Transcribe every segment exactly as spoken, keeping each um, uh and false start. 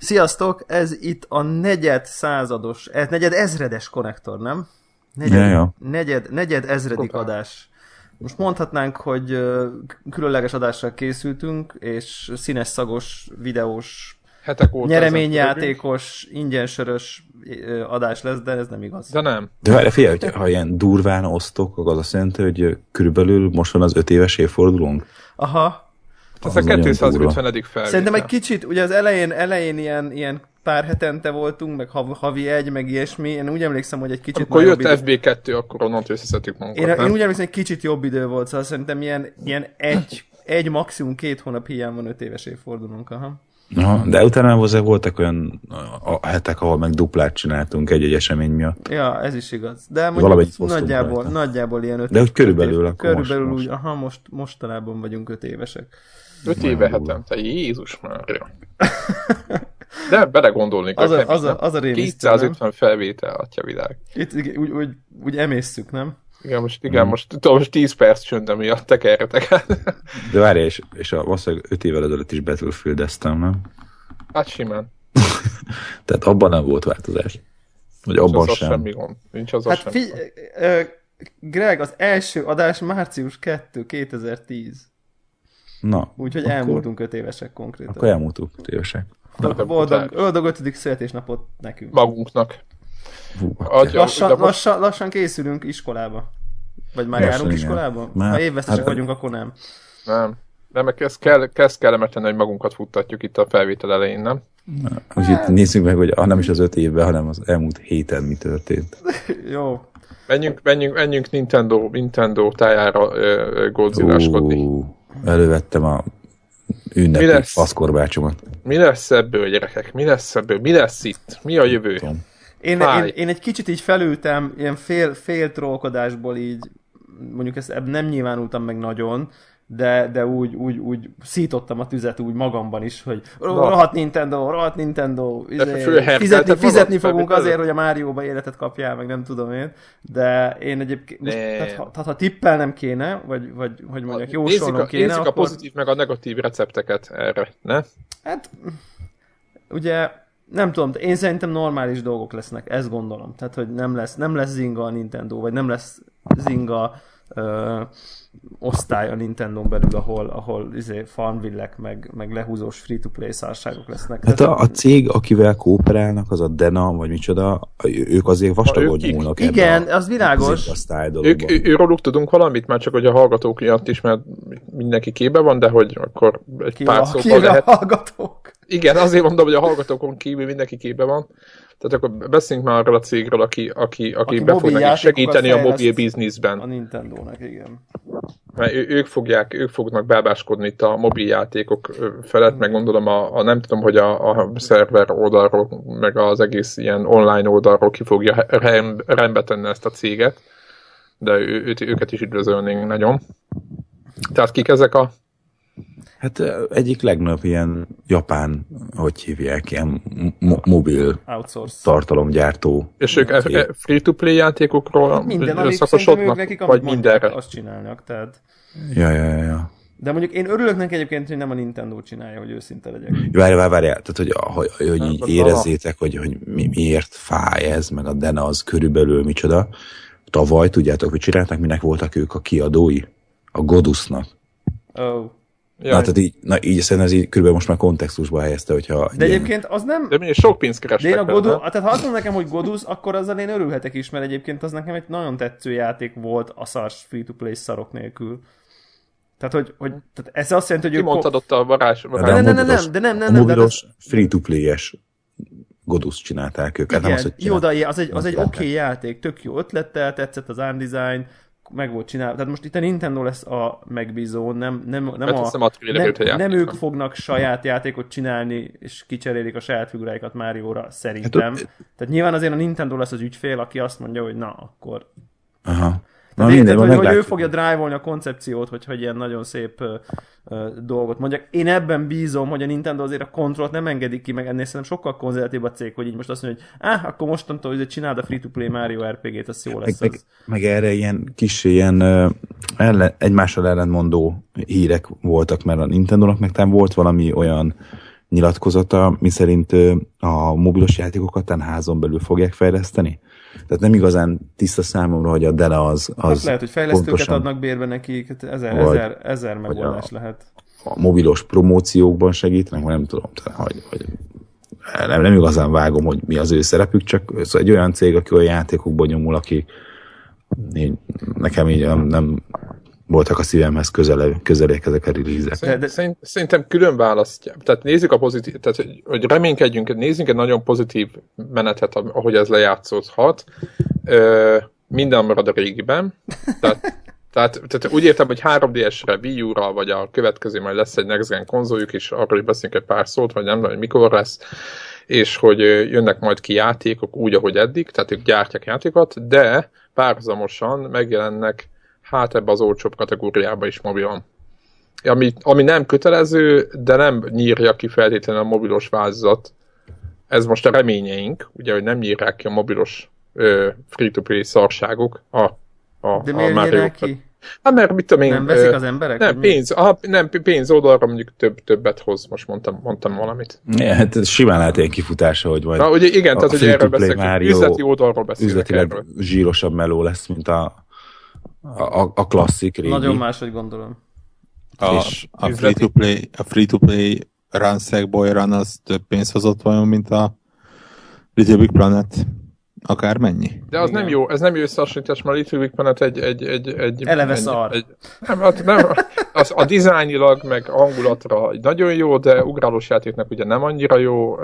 Sziasztok, ez itt a negyed százados, ez negyed ezredes konnektor, nem? Negyed, ja, ja. negyed, negyed ezredik Kopán. Adás. Most mondhatnánk, hogy különleges adással készültünk, és színes szagos, videós, nyereményjátékos, ingyensörös adás lesz, de ez nem igaz. De nem. De várj, figyelj, hogy ha ilyen durván osztok, akkor az azt jelenti, hogy körülbelül most van az öt éves évfordulónk. Aha. Ez a kétszázötvenedik felvétel. Szerintem egy kicsit, ugye az elején, elején ilyen, ilyen pár hetente voltunk, meg havi egy, meg ilyesmi. Én úgy emlékszem, hogy egy kicsit... Akkor jött idő... ef bé kettő, akkor onnan összeszedtük magunkat. Én, én úgy emlékszem, hogy kicsit jobb idő volt, szóval szerintem ilyen, ilyen egy, egy, maximum két hónap hiány van öt éves évfordulónk. Aha. Aha, de utána voltak olyan a hetek, ahol meg duplát csináltunk egy-egy esemény miatt. Ja, ez is igaz. De mondjuk nagyjából, nagyjából ilyen öt De úgy körülbelül év, körülbelül most, úgy, most. Aha, most, mostanában vagyunk öt évesek. Öt éve hetente, Jézus Mária. De belegondolnék, az a, az a, az a kétszázötven felvétel, atya világ. Itt úgy, úgy, úgy emészszük, nem? Igen, most, igen, hmm. most, tudom, most tíz perc csönd, miatt tekerjetek át. De várj, és, és a valószínűleg öt évvel ezelőtt is Battlefield-eztem, nem? Hát simán. Tehát abban nem volt változás. Vagy nincs abban az sem. semmi gond. Nincs az hát semmi figy- uh, Greg, az első adás március kettő kétezer-tíz. Na. Úgyhogy akkor... elmúltunk öt évesek konkrétan. Akkor elmúltunk öt évesek. Boldog, boldog ötödik születésnapot nekünk. Magunknak. Hú, Adja, lassan, most... lassan, lassan készülünk iskolába. Vagy már lassan, járunk igen. iskolába? Már... Ha évvesztesek hát, vagyunk, akkor nem. Nem. Nem, mert kezd, kell, kezd kellemetlen, hogy magunkat futtatjuk itt a felvétel elején, nem? Úgyhogy itt nézzük meg, hogy nem is az öt évben, hanem az elmúlt héten mi történt. Jó. Menjünk, menjünk, menjünk Nintendo, Nintendo tájára uh, Godzilla-skodni. Elővettem a ünnepi faszkorbácsomat. Mi lesz ebből, gyerekek? Mi lesz ebből? Mi lesz itt? Mi a jövő? Én, én, én egy kicsit így felültem, ilyen fél, fél trollkodásból így, mondjuk ezt nem nyilvánultam meg nagyon, de, de úgy, úgy, úgy szítottam a tüzet úgy magamban is, hogy rohadt Nintendo, rohadt Nintendo, izé, fizetni, fizetni fogunk azért, hogy a Márióba életet kapjál, meg nem tudom én, de én egyébként, most, tehát, ha, tehát ha tippelnem kéne, vagy, vagy hogy mondjak, jósolnom kéne, nézzük akkor... a pozitív meg a negatív recepteket erre, ne? Hát, ugye, nem tudom, én szerintem normális dolgok lesznek, ezt gondolom, tehát hogy nem lesz, nem lesz zinga a Nintendo, vagy nem lesz zinga ö, osztály a Nintendón belül, ahol, ahol izé, farmvillek, meg, meg lehúzós free-to-play szárságok lesznek. Hát a, a cég, akivel kooperálnak, az a Dena, vagy micsoda, ők azért vastagon nyúlnak ebbe. Igen, a, az világos. Ők, ő, róluk tudunk valamit, már csak hogy a hallgatók miatt is, mert mindenki képbe van, de hogy akkor egy ki pár a, szóval lehet. A hallgatók? Igen, azért mondom, hogy a hallgatókon kívül mindenki képbe van. Tehát akkor beszéljünk már arról a cégről, aki, aki, aki, aki be fog nekik segíteni a mobil bizniszben. A Nintendónak, igen. Mert ő, ők, fogják, ők fognak bábáskodni itt a mobiljátékok felett, meg gondolom a, a nem tudom, hogy a, a szerver oldalról, meg az egész ilyen online oldalról ki fogja rendbe tenni ezt a céget, de ő, őt, őket is üdvözölnénk nagyon. Tehát kik ezek a... Hát egyik legnagyobb ilyen japán, hogy hívják, ilyen mo- mobil outsource tartalomgyártó. És ők e- free-to-play játékokról minden, amik szakosodnak, nekik, vagy mindenre? Azt csinálnak, tehát... Ja, ja, ja. De mondjuk én örülök neki egyébként, hogy nem a Nintendo csinálja, hogy őszinte legyek. Várj, várj, várj, tehát hogy, hogy, hogy így érezzétek, hogy, hogy mi, miért fáj ez, meg a Dena az körülbelül micsoda. Tavaly, tudjátok, hogy csinálták, minek voltak ők a kiadói? A Godusnak. Oh. Na, tehát így, na, így szerintem ez így körülbelül most már kontextusba helyezte, hogyha... De ilyen... egyébként az nem... De még sok pénzt kerestek. De én a Godus... Tehát ha azt mondom nekem, hogy Godus, akkor azzal én örülhetek is, mert egyébként az nekem egy nagyon tetsző játék volt a szars free-to-play szarok nélkül. Tehát, hogy, hogy tehát ez azt jelenti, hogy... Ki mondtad ott a varázs... varázs. De nem, nem, nem, de nem, nem, nem. A mobilos free-to-play-es Godus csinálták őket. Igen, nem az, jó, de az egy, az egy oké okay játék, tök jó ötlettel, tetszett az art design, meg volt csinálva. Tehát most itt a Nintendo lesz a megbízó, nem, nem, nem, a, a nem, nem ők fognak saját játékot csinálni, és kicserélik a saját figuráikat Márióra, szerintem. Hát, tehát nyilván azért a Nintendo lesz az ügyfél, aki azt mondja, hogy na, akkor... Aha. Na, érted, hogy, hogy ő fogja drive-olni a koncepciót, hogy, hogy ilyen nagyon szép uh, uh, dolgot mondjak. Én ebben bízom, hogy a Nintendo azért a kontrollt nem engedik ki, meg ennél szerintem sokkal konzervatív a cég, hogy így most azt mondja, hogy áh, akkor mostantól hogy csináld a free-to-play Mario er pé gét, az jó lesz. Meg, az. meg, meg erre ilyen kis ilyen uh, ellen, egymással ellentmondó hírek voltak, mert a Nintendónak meg tám volt valami olyan nyilatkozata, miszerint a mobilos játékokat tán házon belül fogják fejleszteni. Tehát nem igazán tiszta számomra, hogy a Dena az, az hát lehet, hogy fejlesztőket pontosan, adnak bérbe nekik, ezer, ezer, ezer megoldás a, lehet. A mobilos promóciókban segítenek, nem tudom, tehát, hogy, hogy nem, nem igazán vágom, hogy mi az ő szerepük, csak szóval egy olyan cég, aki olyan játékokban nyomul, aki így, nekem így nem, nem voltak a szívemhez közel, közelék ezek a release-ek. Szerint, de... szerint, szerintem külön választják. Tehát nézzük a pozitív, tehát hogy reménykedjünk, nézzünk egy nagyon pozitív menetet, ahogy ez lejátszódhat. Ö, minden marad a régiben. Tehát, tehát, tehát úgy értem, hogy három dé es-re, Wii U-ra, vagy a következő majd lesz egy Next Gen konzoljuk is, arról is beszélünk egy pár szót, vagy nem tudom, hogy mikor lesz, és hogy jönnek majd ki játékok úgy, ahogy eddig, tehát ők gyártják játékokat, de párhuzamosan megjelennek hát ebbe az olcsóbb kategóriába is mobilon. Ami, ami nem kötelező, de nem nyírja ki feltétlenül a mobilos változat. Ez most a reményeink, ugye, hogy nem nyírják ki a mobilos ö, free-to-play szarságok a, a, de miért nyírják ki? Hát mert mit tudom én... Nem veszik az emberek? Nem, pénz, aha, nem, pénz oldalra mondjuk több, többet hoz, most mondtam, mondtam valamit. Ja, hát simán lehet ilyen kifutása, hogy majd na, ugye igen, tehát hogy erről beszélünk, üzleti oldalról beszélünk üzletileg erről. Zsírosabb meló lesz, mint a A, a klasszik régi. Nagyon máshogy gondolom. A, a free-to-play, a free-to-play Run Sackboy Run az több pénzt hozott vajon, mint a Little Big Planet? Akármennyi? De az igen. nem jó, ez nem jó összehasonlítás, mert a Little Big Planet egy... egy, egy, egy eleve egy, szar. Egy, nem, nem, az, a dizájnilag, meg hangulatra nagyon jó, de ugrálós játéknak ugye nem annyira jó,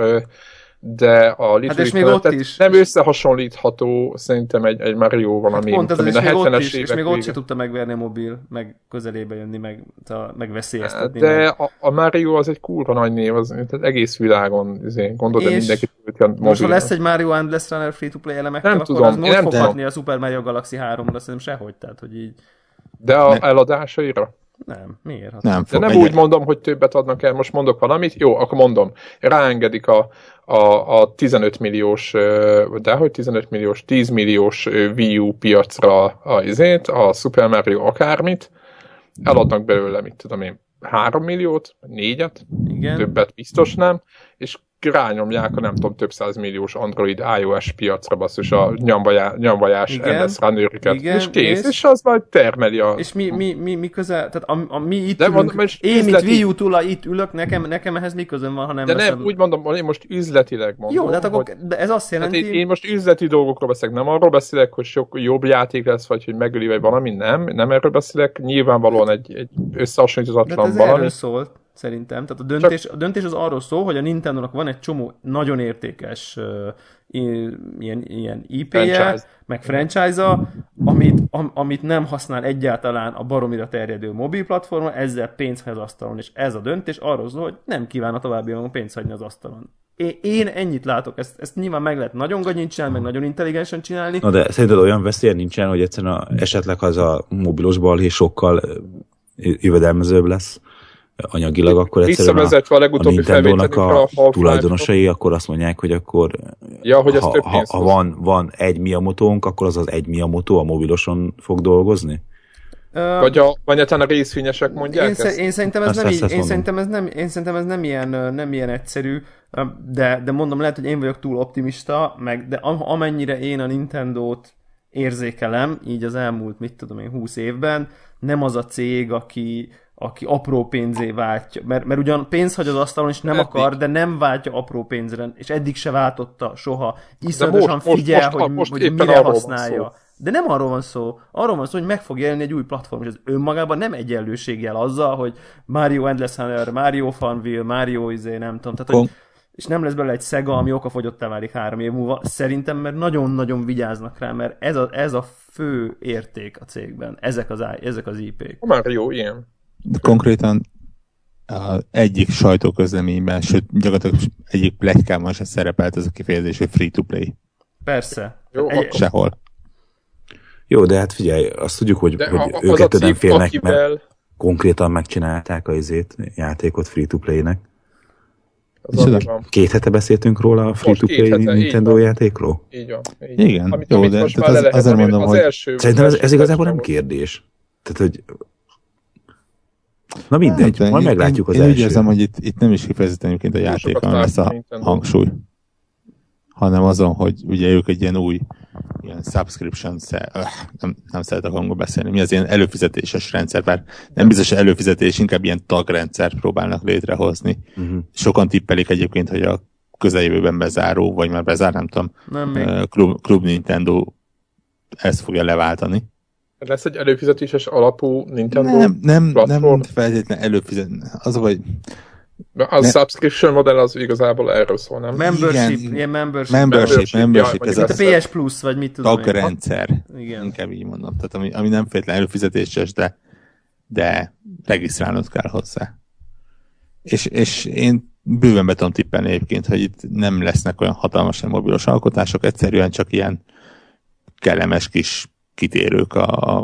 de a Little hát Big Planet is. Nem összehasonlítható szerintem egy, egy Mario-val, hát ami pont ez a hetvenes évek és még ott se tudta megverni a mobil, meg közelébe jönni, meg, meg veszélyeztetni. De meg. A, a Mario az egy kurva nagy név, az tehát egész világon gondolod, hogy mindenki tudja mobil. Most ha lesz egy Mario Endless Runner free-to-play elemekkel, nem akkor tudom, az most nem fog tudom. hatni a Super Mario Galaxy háromra, szerintem sehogy, tehát hogy így... De a ne. eladásaira? Nem, miért? Hát nem de nem úgy mondom, hogy többet adnak el, most mondok valamit, jó, akkor mondom, ráengedik a, a, a tizenöt milliós, de hogy tizenöt milliós, tíz milliós Wii U piacra a, izét, a Super Mario akármit, eladnak belőle, mit tudom én, három milliót, négyet, igen. Többet biztos nem, és rányomják a nem tudom, több százmilliós Android iOS piacra basszus a nyomvajá, nyomvajás Endless Runner-üket, és kész, és, és az majd termeli a... És mi, mi, mi, mi közel, tehát a, a, mi itt de ülünk, mondom, én, üzleti... mint Wii U túl itt ülök, nekem, nekem ehhez mi közön van, ha nem de veszem... nem, úgy mondom, én most üzletileg mondom. Jó, de, hát akkor, hogy... de ez azt jelenti... Hát én, én most üzleti dolgokról beszélek, nem arról beszélek, hogy sok jobb játék lesz, vagy hogy megöli, vagy valami, nem, nem erről beszélek, nyilvánvalóan egy, egy összehasonlíthatatlan valami. erről szólt. Szerintem. Tehát a döntés, Csak... a döntés az arról szól, hogy a Nintendo-nak van egy csomó nagyon értékes uh, ilyen, ilyen í pé-je, franchise. Meg franchise-a, amit, am, amit nem használ egyáltalán a baromira terjedő mobil platformon, ezzel pénzt hagy az asztalon. És ez a döntés arról szól, hogy nem kíván a továbbiakban pénzt hagyni az asztalon. Én, én ennyit látok, ezt, ezt nyilván meg lehet nagyon gagyin csinálni, meg nagyon intelligensen csinálni. Na de szerinted olyan veszélye nincsen, hogy egyszerűen a, esetleg az a mobilos balhé sokkal jövedelmezőbb lesz anyagilag, akkor egyszerűen a, a, a Nintendo-nak a, a tulajdonosai akkor azt mondják, hogy akkor ja, hogy ha, ha, ha van, van egy Miyamotónk, akkor az az egy Miyamoto a mobiloson fog dolgozni? Uh, vagy a, vagy a részvényesek mondják én, ezt? Én szerintem ez, nem, így, én szerintem ez nem, én szerintem ez nem ilyen, nem ilyen egyszerű, de, de mondom, lehet, hogy én vagyok túl optimista, meg, de amennyire én a Nintendót érzékelem, így az elmúlt, mit tudom én, húsz évben, nem az a cég, aki aki apró pénzé váltja, mert, mert ugyan pénz hagy az asztalon, és nem eddig. akar, de nem váltja apró pénzre, és eddig se váltotta soha. Iszonyatosan figyel, most, hogy, most hogy mire használja. De nem arról van szó. Arról van szó, hogy meg fog jelenni egy új platform, és ez önmagában nem egyenlőséggel azzal, hogy Mario Endless Runner, Mario Funville, Mario izé, nem tudom, tehát, hogy, és nem lesz belőle egy Sega, ami okafogyottá válik három év múlva. Szerintem, mert nagyon-nagyon vigyáznak rá, mert ez a, ez a fő érték a cégben. Ezek az, ezek az í pék. A Mario ilyen. Konkrétan az egyik sajtóközleményben, sőt gyakorlatilag egyik pletykában se szerepelt ez a kifejezés, hogy free-to-play. Persze. Jó, egy... Sehol. Jó, de hát figyelj, azt tudjuk, hogy, hogy őket nem félnek, akivel... mert konkrétan megcsinálták a izét, játékot free-to-play-nek. Két hete beszéltünk róla a free-to-play hete, Nintendo így játékról? Így van. Így. Igen, amit, jó, amit de most az, lehet, azért mondom, az hogy... Első, szerintem ez, ez igazából nem volt. kérdés. Tehát, hogy... Na mindegy, nem, majd meglátjuk én, az én első. Én úgy érzem, hogy itt, itt nem is kifejezetten egyébként a játékon lesz a hangsúly, hanem azon, hogy ugye ők egy ilyen új ilyen subscription, nem, nem szeretek angol beszélni, mi az ilyen előfizetéses rendszer, bár nem biztos előfizetés, inkább ilyen tagrendszert próbálnak létrehozni. Uh-huh. Sokan tippelik egyébként, hogy a közeljövőben bezáró, vagy már bezár, nem tudom, nem Club, Club Nintendo ezt fogja leváltani. Lesz egy előfizetéses alapú Nintendo nem, nem, platform? Nem feltétlenül előfizetni. Az, hogy a subscription modell az igazából erről szól, nem? Membership, igen, ilyen membership. Membership, membership. membership ja, ez a pé es Plus, vagy mit tudom tagrendszer, inkább így mondom. Tehát ami, ami nem feltétlenül előfizetéses, de, de regisztrálnod kell hozzá. És, és én bőven be tudom tippelni egyébként, hogy itt nem lesznek olyan hatalmasan mobilos alkotások, egyszerűen csak ilyen kellemes kis kitérők a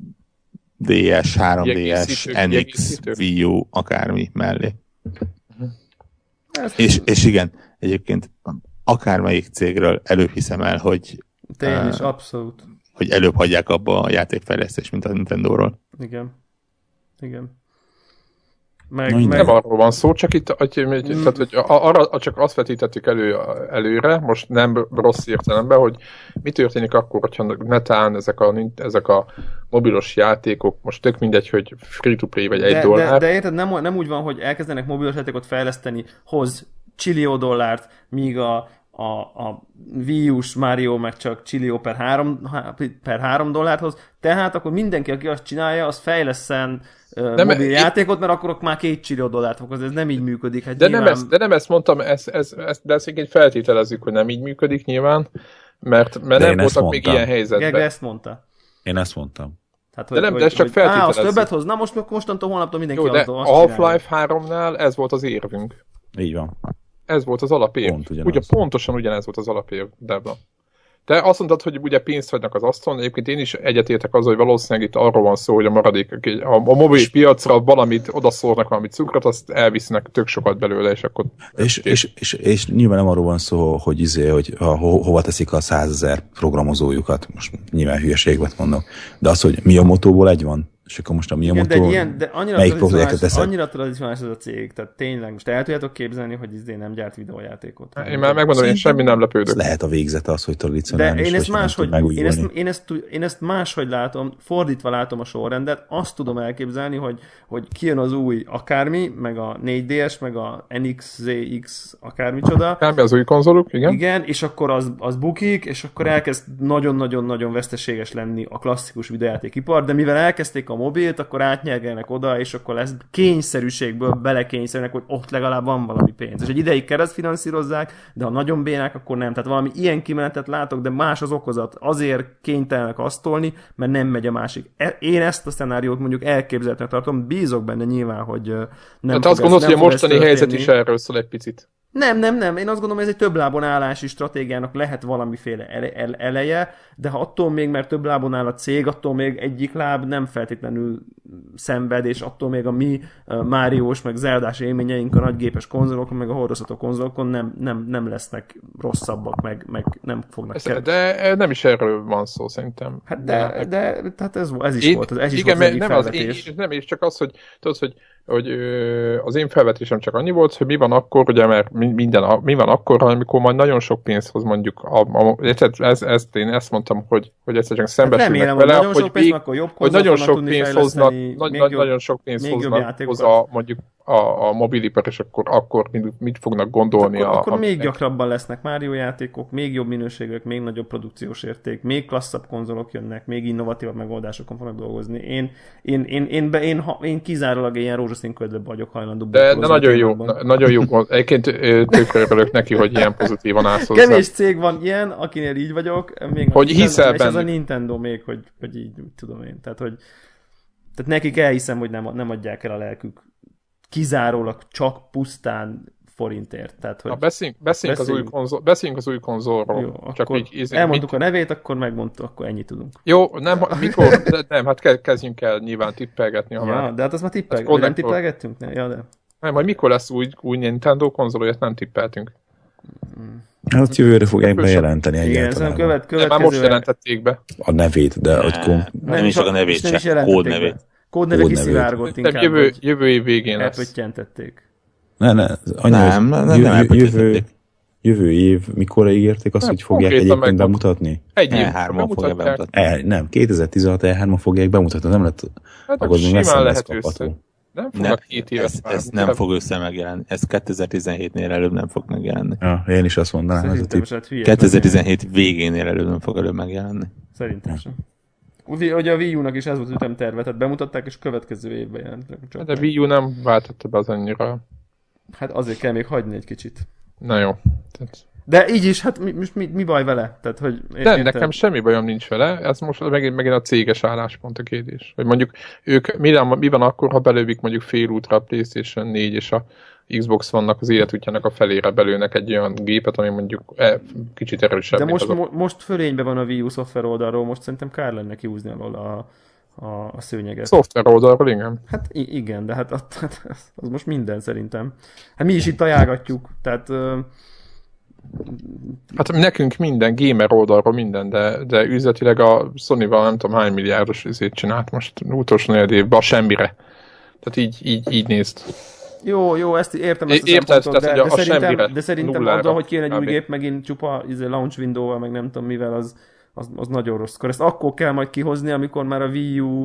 dé es, három dé es, en iksz, Wii U, akármi mellé. Uh-huh. És, és igen, egyébként akármelyik cégről előbb hiszem el, hogy Tény is, uh, abszolút. Hogy előbb hagyják abba a játékfejlesztést, mint a Nintendo-ról. Igen. Igen. Meg, meg... meg... Nem arról van szó, csak itt hogy, mm. tehát, hogy arra csak azt vetítettük elő, előre, most nem rossz értelemben, hogy mi történik akkor, hogyha netán ezek a, ezek a mobilos játékok, most tök mindegy, hogy free-to-play vagy egy de, dollár. De, de érted, nem, nem úgy van, hogy elkezdenek mobilos játékot fejleszteni, hoz csillió dollárt, míg a, a, a Wii U-s Mario meg csak csillió per három, per három dollárt hoz, tehát akkor mindenki, aki azt csinálja, az fejleszten de mobil me, játékot, mert akkor már két csillió dollárt fog hozni, ez nem így működik. Hát de, nyilván... nem ezt, de nem ezt mondtam, ez, ez, ez, de ezt egy feltételezzük, hogy nem így működik nyilván, mert, mert nem voltak még ilyen helyzetben. Gergely ezt mondta. Én ezt mondtam. Hát, hogy, de nem, hogy, de ez csak feltételezzük. Á, az többet hoz, na most mostantól holnaptól mindenki jó, de a Half-Life háromnál ez volt az érvünk. Így van. Ez volt az alapérv. Pont ugye, pontosan ugyanez volt az alapérv, Debla. Te azt mondtad, hogy ugye pénzt hagynak az asztalon, egyébként én is egyetértek azzal, hogy valószínűleg itt arról van szó, hogy a maradék, a, a mobil piacra valamit odaszórnak, valamit cukrot, azt elvisznek tök sokat belőle, és akkor... És, és, és, és nyilván nem arról van szó, hogy izé, hogy ho, hova teszik a százezer programozójukat, most nyilván hülyeséget mondok, de az, hogy mi a motóból egy van, és akkor most a Miyamoto, igen, de, ilyen, de annyira melyik projektet teszed? Annyira tradicionális ez a cég, tehát tényleg, most el tudjátok képzelni, hogy izé nem gyárt videójátékot. Én már megmondom, én semmi nem lepődök. Lehet a végzete az, hogy tradicionális. De én ezt máshogy, én ezt, én, ezt, én ezt máshogy látom, fordítva látom a sorrendet, azt tudom elképzelni, hogy, hogy kijön az új akármi, meg a négy dé es, meg a en iksz zé iksz akármicsoda. Akármi az új konzoluk, igen. Igen, és akkor az, az bukik, és akkor elkezd nagyon-nagyon-nagyon veszteséges lenni a klasszikus videójátékipar, de mivel elkezdték a mobilt, akkor átnyelgelnek oda, és akkor lesz kényszerűségből belekényszerülnek, hogy ott legalább van valami pénz. És egy ideig keresztfinanszírozzák, de ha nagyon bénák, akkor nem. Tehát valami ilyen kimenetet látok, de más az okozat. Azért kénytelenek azt tolni, mert nem megy a másik. Én ezt a szenáriót mondjuk elképzelhetően tartom, bízok benne nyilván, hogy nem. Hát azt gondolod, hogy a mostani helyzet is erről szól egy picit. Nem, nem, nem. Én azt gondolom, hogy ez egy több lábon állási stratégiának lehet valamiféle ele- eleje, de ha attól még, mert több lábon áll a cég, attól még egyik láb nem feltétlenül szenved, és attól még a mi uh, Máriós, meg Zeldás élményeink a nagygépes konzolokon, meg a hordozható konzolokon nem, nem, nem lesznek rosszabbak, meg, meg nem fognak ez, kell. De nem is erről van szó, szerintem. Hát de, de, de tehát ez, ez is én, volt, ez is igen, volt az egyik nem felvetés. Az, én, nem, és csak az, hogy tudod, hogy hogy az én felvetésem csak annyi volt, hogy mi van akkor, ugye, mert minden, mi van akkor, amikor majd nagyon sok pénz hoz mondjuk, a, a, ez, ez, én ezt mondtam, hogy, hogy egyszerűen szembesülnek hát vele, hogy, hogy, pénz, még, jobb hogy nagyon sok pénz hoznak, nagy, jobb, nagyon sok pénz hoznak hozzá mondjuk a, a mobilipar, és akkor, akkor mit, mit fognak gondolni. Akkor, a, akkor a, még gyakrabban lesznek Mario játékok, még jobb minőségűek, még nagyobb produkciós érték, még klasszabb konzolok jönnek, még innovatívabb megoldásokon fognak dolgozni. Én, én, én, én, én, én, én kizárólag ilyen rózsaszín ködbe vagyok hajlandó. De, de nagyon jó, na, nagyon jó. Egyébként tökre örülök neki, hogy ilyen pozitívan állsz hozzá. Kevés cég van ilyen, akinél így vagyok. Még hogy hiszel benne. És ez a Nintendo még, hogy, hogy így tudom én. Tehát, hogy tehát nekik elhiszem, hogy nem, nem adják el a lelkük kizárólag csak pusztán forintért. Tehát, hogy Na, beszéljünk, beszéljünk, beszéljünk. Az új konzol, beszéljünk az új konzolról. Jó, csak így, így, elmondtuk mit... a nevét, akkor megmondtuk, akkor ennyit tudunk. Jó, nem, mikor, de nem, hát kezdjünk el nyilván tippelgetni. Ha ja, már... de hát azt már tippelgettünk. Nem tippelgettünk? Ne? Ja, de... Nem, majd mikor lesz új, új Nintendo konzol, olyat nem tippeltünk. Hát jövőre fogják bejelenteni egyáltalán. Követ, nem, már most jelentették be. A nevét, de hogy kom... Nem, nem is csak a nevét, csak kód nevét. Kódneve kiszivárgott inkább, jövő, jövő év végén lesz. Elpöttyentették. Ne, ne, anya, nem, nem, nem, nem jövő, jövő év, mikorra ígérték azt, nem, hogy fogják egyébként meg bemutatni? Egy év. E hárman fogják bemutatni. E, nem, kétezer-tizenhat E hárman fogják bemutatni, nem lett, hát akkor még simán lesz lehet össze. Nem ne, ez, ez nem fog össze megjelenni. Ez kétezer-tizenhétnél előbb nem fog megjelenni. Ja, én is azt mondanám. Ez a kétezer-tizenhét végénél előbb nem fog előbb megjelenni. Szerintem sem. Ugye a Wii U-nak is ez volt az ütemterve, tehát bemutatták, és következő évben jelentek. Csak de Wii U nem váltotta be az annyira. Hát azért kell még hagyni egy kicsit. Na jó. Tehát... De így is, hát mi, mi, mi baj vele? Tehát, hogy de érted? Nekem semmi bajom nincs vele, ez most megint, megint a céges álláspont a kérdés. Hogy mondjuk ők, mi, mi van akkor, ha belővik mondjuk fél útra a PlayStation négy és a Xbox vannak az életútjának a felére belőnek egy olyan gépet, ami mondjuk e, kicsit erősebb. De most, a... mo- most fölényben van a Wii U szoftver oldalról, most szerintem kár lenne kihúzni alól a, a, a szőnyeget. Szoftver oldalról, igen. Hát igen, de hát az, az most minden szerintem. Hát mi is itt ajánlgatjuk, tehát... Uh, Hát nekünk minden, gamer oldalról minden, de, de üzletileg a Sony-val nem tudom hány milliárdos üzét csinált most utolsó negyed évben, a semmire. Tehát így, így, így nézd. Jó, jó, ezt értem, ezt a Érted, szempontot, de, tehát, de, a szerintem, de szerintem azzal, hogy kijön egy új kb. gép, megint csupa izé, launch window-val, meg nem tudom mivel, az, az, az nagyon rosszkor. Ezt akkor kell majd kihozni, amikor már a Wii U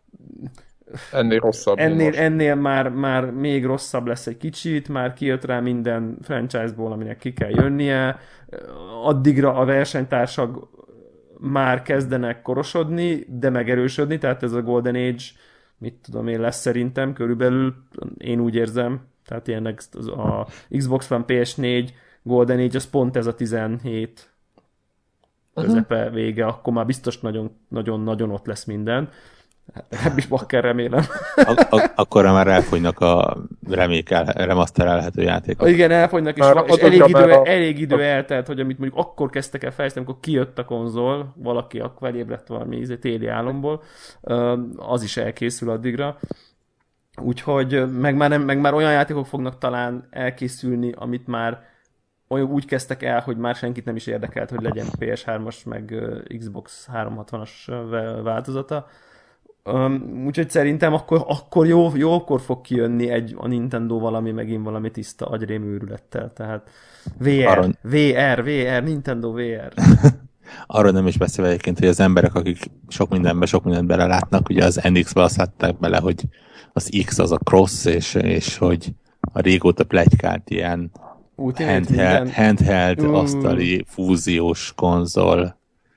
ennél rosszabb. Ennél, ennél már, már még rosszabb lesz egy kicsit, már kijött rá minden franchise-ból, aminek ki kell jönnie. Addigra a versenytársak már kezdenek korosodni, de megerősödni, tehát ez a Golden Age, mit tudom én, lesz szerintem körülbelül, én úgy érzem, tehát ilyenek a Xbox One, P S négy, Golden Age, az pont ez a tizenhét közepe, vége, akkor már biztos nagyon-nagyon ott lesz minden. Ebbis bakker remélem. Ak- ak- akkorra már elfogynak a remékel, remasterelhető játékok. Igen, elfogynak, és, és elég, idő, a... elég idő eltelt, hogy amit mondjuk akkor kezdtek el fejleszteni, amikor kijött a konzol, valaki akkor elébredt valami téli álomból, az is elkészül addigra. Úgyhogy meg már, nem, meg már olyan játékok fognak talán elkészülni, amit már olyan úgy kezdtek el, hogy már senkit nem is érdekelt, hogy legyen P S hármas, meg Xbox háromszázhatvanas változata. Um, úgyhogy szerintem akkor, akkor jó, jókor fog kijönni egy, a Nintendo valami, megint valami tiszta agyrémőrülettel, tehát vé er, Arra... vé er, vé er, Nintendo vé er. Arról nem is beszélve egyébként, hogy az emberek, akik sok mindenbe, sok mindent belelátnak, ugye az en iksz-be azt látták bele, hogy az X az a cross, és, és hogy a régóta pletykált ilyen handheld, handheld uh. asztali fúziós konzol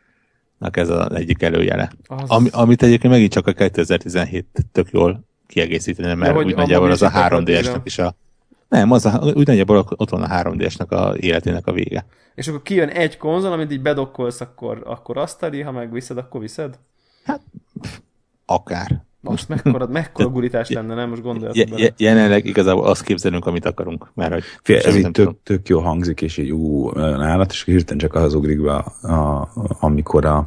ez az egyik előjele. Az... Ami, amit egyébként megint csak a kétezer-tizenhét tök jól kiegészíteni, mert ja, úgy nagyjából az a három dé-esnek is a... Nem, az a, úgy nagyjából ott van a három dé-esnek a életének a vége. És akkor kijön egy konzol, amit így bedokkolsz, akkor, akkor asztali, ha megviszed, akkor viszed? Hát, pff, akár. Most mekkora, mekkora gurítás lenne, nem? Most gondoljatok je, je, jelenleg igazából azt képzelünk, amit akarunk. Mert hogy Fél, ez így tök, tök jó hangzik, és így ú, állat, és hirtelen csak az ugrik be, a, a, amikor a,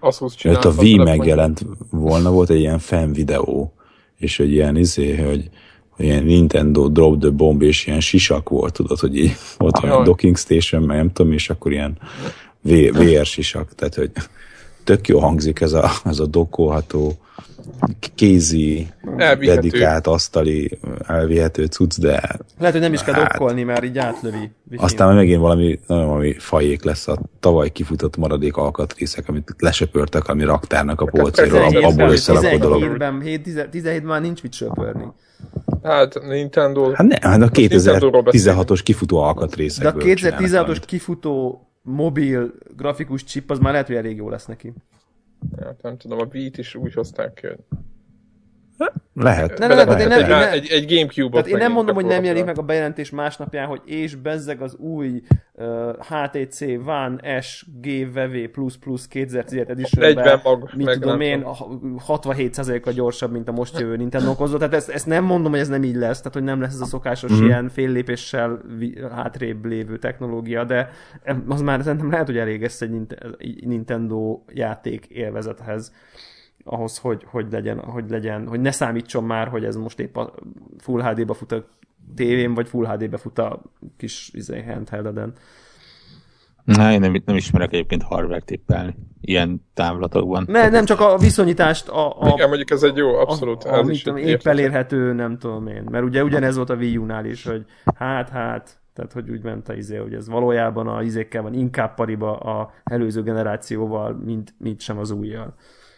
a Wii megjelent volna, volt egy ilyen fan videó, és egy ilyen izé, hogy ilyen Nintendo Drop the Bomb, és ilyen sisak volt, tudod, hogy így ott ah, van a docking station, meg nem tudom, és akkor ilyen vé er sisak, tehát hogy tök jó hangzik ez a, ez a dokkolható, kézi, elvihető. Dedikált, asztali, elvihető cucc, de... Lehet, hogy nem is kell hát, dokkolni, mert így átlövi. Aztán megint valami, valami fajék lesz a tavaly kifutott maradék alkatrészek, amit lesöpörtek, ami raktárnak a polcéről, abból összerakott dolog. tizenhétben már nincs mit söpörni. Hát Nintendo... Hát ne, hát a kétezer-tizenhatos kifutó alkatrészekből. De a kétezer-tizenhatos kifutó mobil grafikus chip, az már lehet, hogy elég jó lesz neki. Hát nem tudom, a Wii-t is úgy hozták ki, hogy... Lehet. Ne, ne, lehet. Egy, nem, egy, egy, egy Gamecube-ot. Tehát én nem mondom, hogy nem jelenik meg a bejelentés másnapján, hogy és bezzeg az új uh, há té cé One S G W W plus plus kétezer-tizenhét editionben, mag, mit tudom én, hatvanhét százalékkal gyorsabb, mint a most jövő Nintendo konzol. Tehát ezt, ezt nem mondom, hogy ez nem így lesz, tehát hogy nem lesz ez a szokásos mm-hmm. ilyen fél lépéssel hátrébb lévő technológia, de az már szerintem lehet, hogy elég lesz egy Nintendo játék élvezethez. Ahhoz, hogy, hogy, legyen, hogy legyen, hogy ne számítson már, hogy ez most épp a Full há dé-be fut a tévén, vagy Full há dé-be fut a kis izé, handheldeden. Na, én nem, nem ismerek egyébként hardware tippelni ilyen távlatokban. Ne, nem csak a viszonyítást a... a igen, mondjuk ez egy jó, abszolút. A, a, ez is tudom, épp elérhető, nem tudom én. Mert ugye ugyanez volt a Wii U-nál is, hogy hát, hát, tehát hogy úgy ment a izé, hogy ez valójában a izékkel van inkább pariba a előző generációval, mint, mint sem az újjal.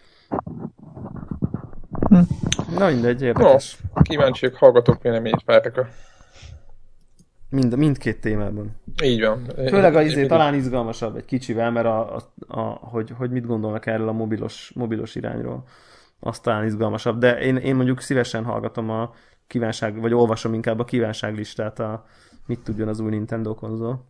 Hm. Na mindegy, érdekes. No, kíváncsiak, hallgatók véleményét várják a... Mind, mindkét témában. Így van. Főleg az izé talán izgalmasabb egy kicsivel, mert a, a, a, hogy, hogy mit gondolnak erről a mobilos, mobilos irányról. Az talán izgalmasabb. De én, én mondjuk szívesen hallgatom a kívánság, vagy olvasom inkább a kívánságlistát, a mit tudjon az új Nintendo konzol.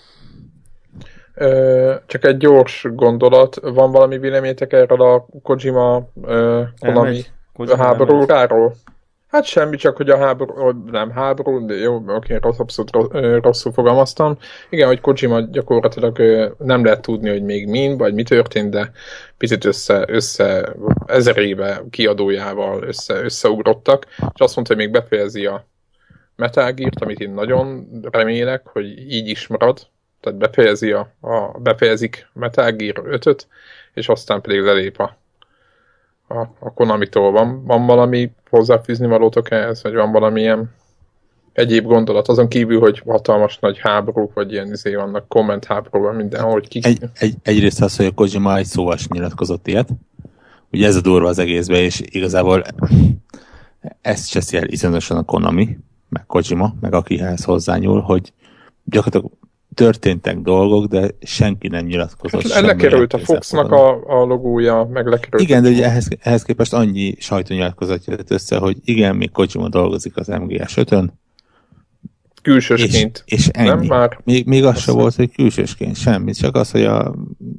Ö, csak egy gyors gondolat. Van valami véleményetek erről a Kojima ö, Konami háborúráról? Hát semmi, csak hogy a háború, nem háború, de jó, oké, rossz, abszolút rosszul fogalmaztam. Igen, hogy Kojima gyakorlatilag nem lehet tudni, hogy még min, vagy mi történt, de picit össze, össze ezer éve kiadójával össze, összeugrottak, és azt mondta, hogy még befejezi a Metal Gear-t, amit én nagyon remélek, hogy így is marad, tehát befejezi a, a, befejezik Metal Gear ötöt, és aztán pedig lelép a A, a Konamitól. Van, van valami hozzáfűzni valótok ehhez, vagy van valamilyen egyéb gondolat, azon kívül, hogy hatalmas nagy háborúk, vagy ilyen izé vannak, komment háborúban mindenhol, hogy ki... Egy, egy, egyrészt az, hogy a Kojima egy szóval sem nyilatkozott ilyet. Ugye ez a durva az egészben, és igazából ezt cseszi el iszonyatosan a Konami, meg Kojima, meg akihez hozzányúl, hogy gyakorlatilag történtek dolgok, de senki nem nyilatkozott. Hát lekerült a Foxnak a, a logója, meg lekerült. Igen, de ugye ehhez, ehhez képest annyi sajtónyilatkozat jött össze, hogy igen, még Kojima dolgozik az em gé es ötön. Külsősként. És, és ennyi. Nem, már még, még az sem volt, hogy külsősként, semmi. Csak az, hogy a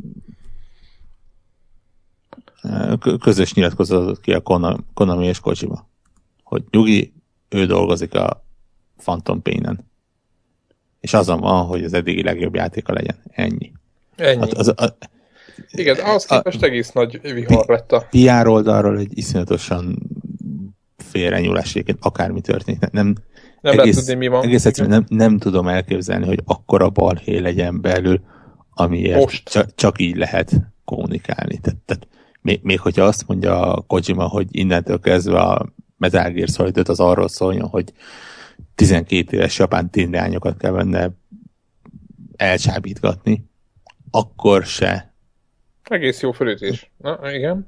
közös nyilatkozatot ki a Konami és Kojima. Hogy nyugi, ő dolgozik a Phantom Pain-en. És azon van, hogy az eddigi legjobb játéka legyen. Ennyi. Ennyi. Az, az, az, igen, ahhoz képest a, egész nagy vihar lett a... pé er oldalról egy iszonyatosan félrenyúláséként akármi történik. Nem, nem egész, lehet tudni, mi van. Egész egyszerűen nem, nem tudom elképzelni, hogy akkora balhé legyen belül, amiért csak, csak így lehet kommunikálni. Tehát, tehát még, még hogyha azt mondja a Kojima, hogy innentől kezdve a Metal Gear Solid öt az arról szóljon, hogy tizenkét éves japán tindányokat kell benne elcsábítgatni, akkor se. Egész jó fölütés. Na, igen.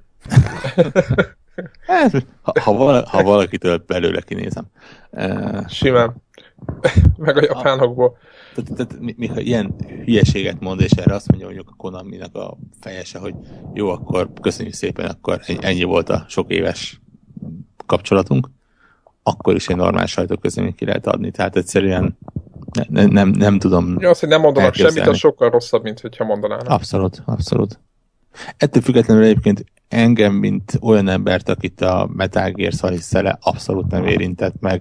hát, ha, ha, vala, ha valakitől belőle kinézem. Simán. Meg a japánokból. Tehát, tehát mi, ha ilyen hülyeséget mond, és erre azt mondja, hogy a Konaminak a fejese, hogy jó, akkor köszönjük szépen, akkor ennyi volt a sok éves kapcsolatunk, akkor is egy normális sajtóközleményt ki lehet adni. Tehát egyszerűen ne, ne, nem, nem tudom. Ja, az, hogy nem mondanak semmit, az sokkal rosszabb, mint hogyha mondanának. Abszolút, abszolút. Ettől függetlenül egyébként engem, mint olyan embert, akit a Metal Gear Solid szele abszolút nem érintett meg.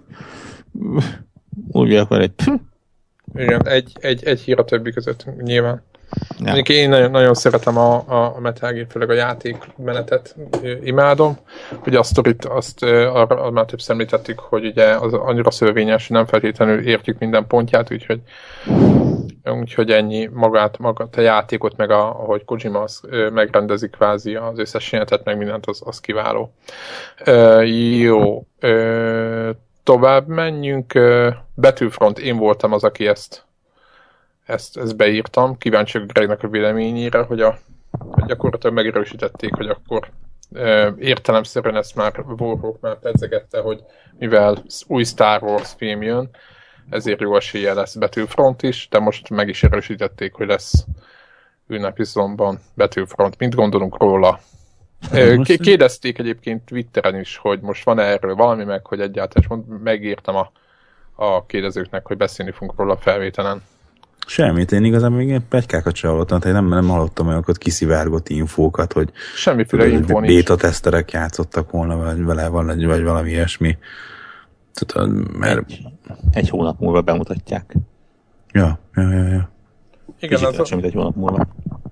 Úgy akkor egy... Igen, egy, egy, egy hír a többi között, nyilván. Ja. Én nagyon, nagyon szeretem a, a Metal Gear, főleg a játékmenetet imádom. Ugye a sztorit, azt arra már többször említettük, hogy ugye az annyira szövevényes, hogy nem feltétlenül értjük minden pontját, úgyhogy, úgyhogy ennyi magát, magát a játékot, meg a, ahogy Kojima az, megrendezik kvázi az összes jelenetet, meg mindent, az, az kiváló. Ö, jó. Ö, tovább menjünk. Battlefront, én voltam az, aki ezt Ezt, ezt beírtam, kíváncsi a Gregnek a véleményére, hogy, a, hogy gyakorlatilag megerősítették, hogy akkor e, értelemszerűen ezt már Warhawk már pedzegette, hogy mivel új Star Wars film jön, ezért jó esélye lesz Battlefront is, de most meg is erősítették, hogy lesz ünnepizomban Battlefront. Mit gondolunk róla? K- kérdezték egyébként Twitteren is, hogy most van erről valami, meg hogy egyáltalán megírtam a, a kérdezőknek, hogy beszélni fogunk róla a felvételen. Semmit, én igazából még ilyen pletykákat sem hallottam, tehát nem, nem hallottam olyanokat kiszivárgott infókat, hogy semmiféle infó nincs. Béta teszterek játszottak volna vagy vele, vagy, vagy valami ilyesmi. Tudod, mert... Egy, egy hónap múlva bemutatják. Ja, ja, ja, ja. Igen, az a... semmit egy hónap múlva.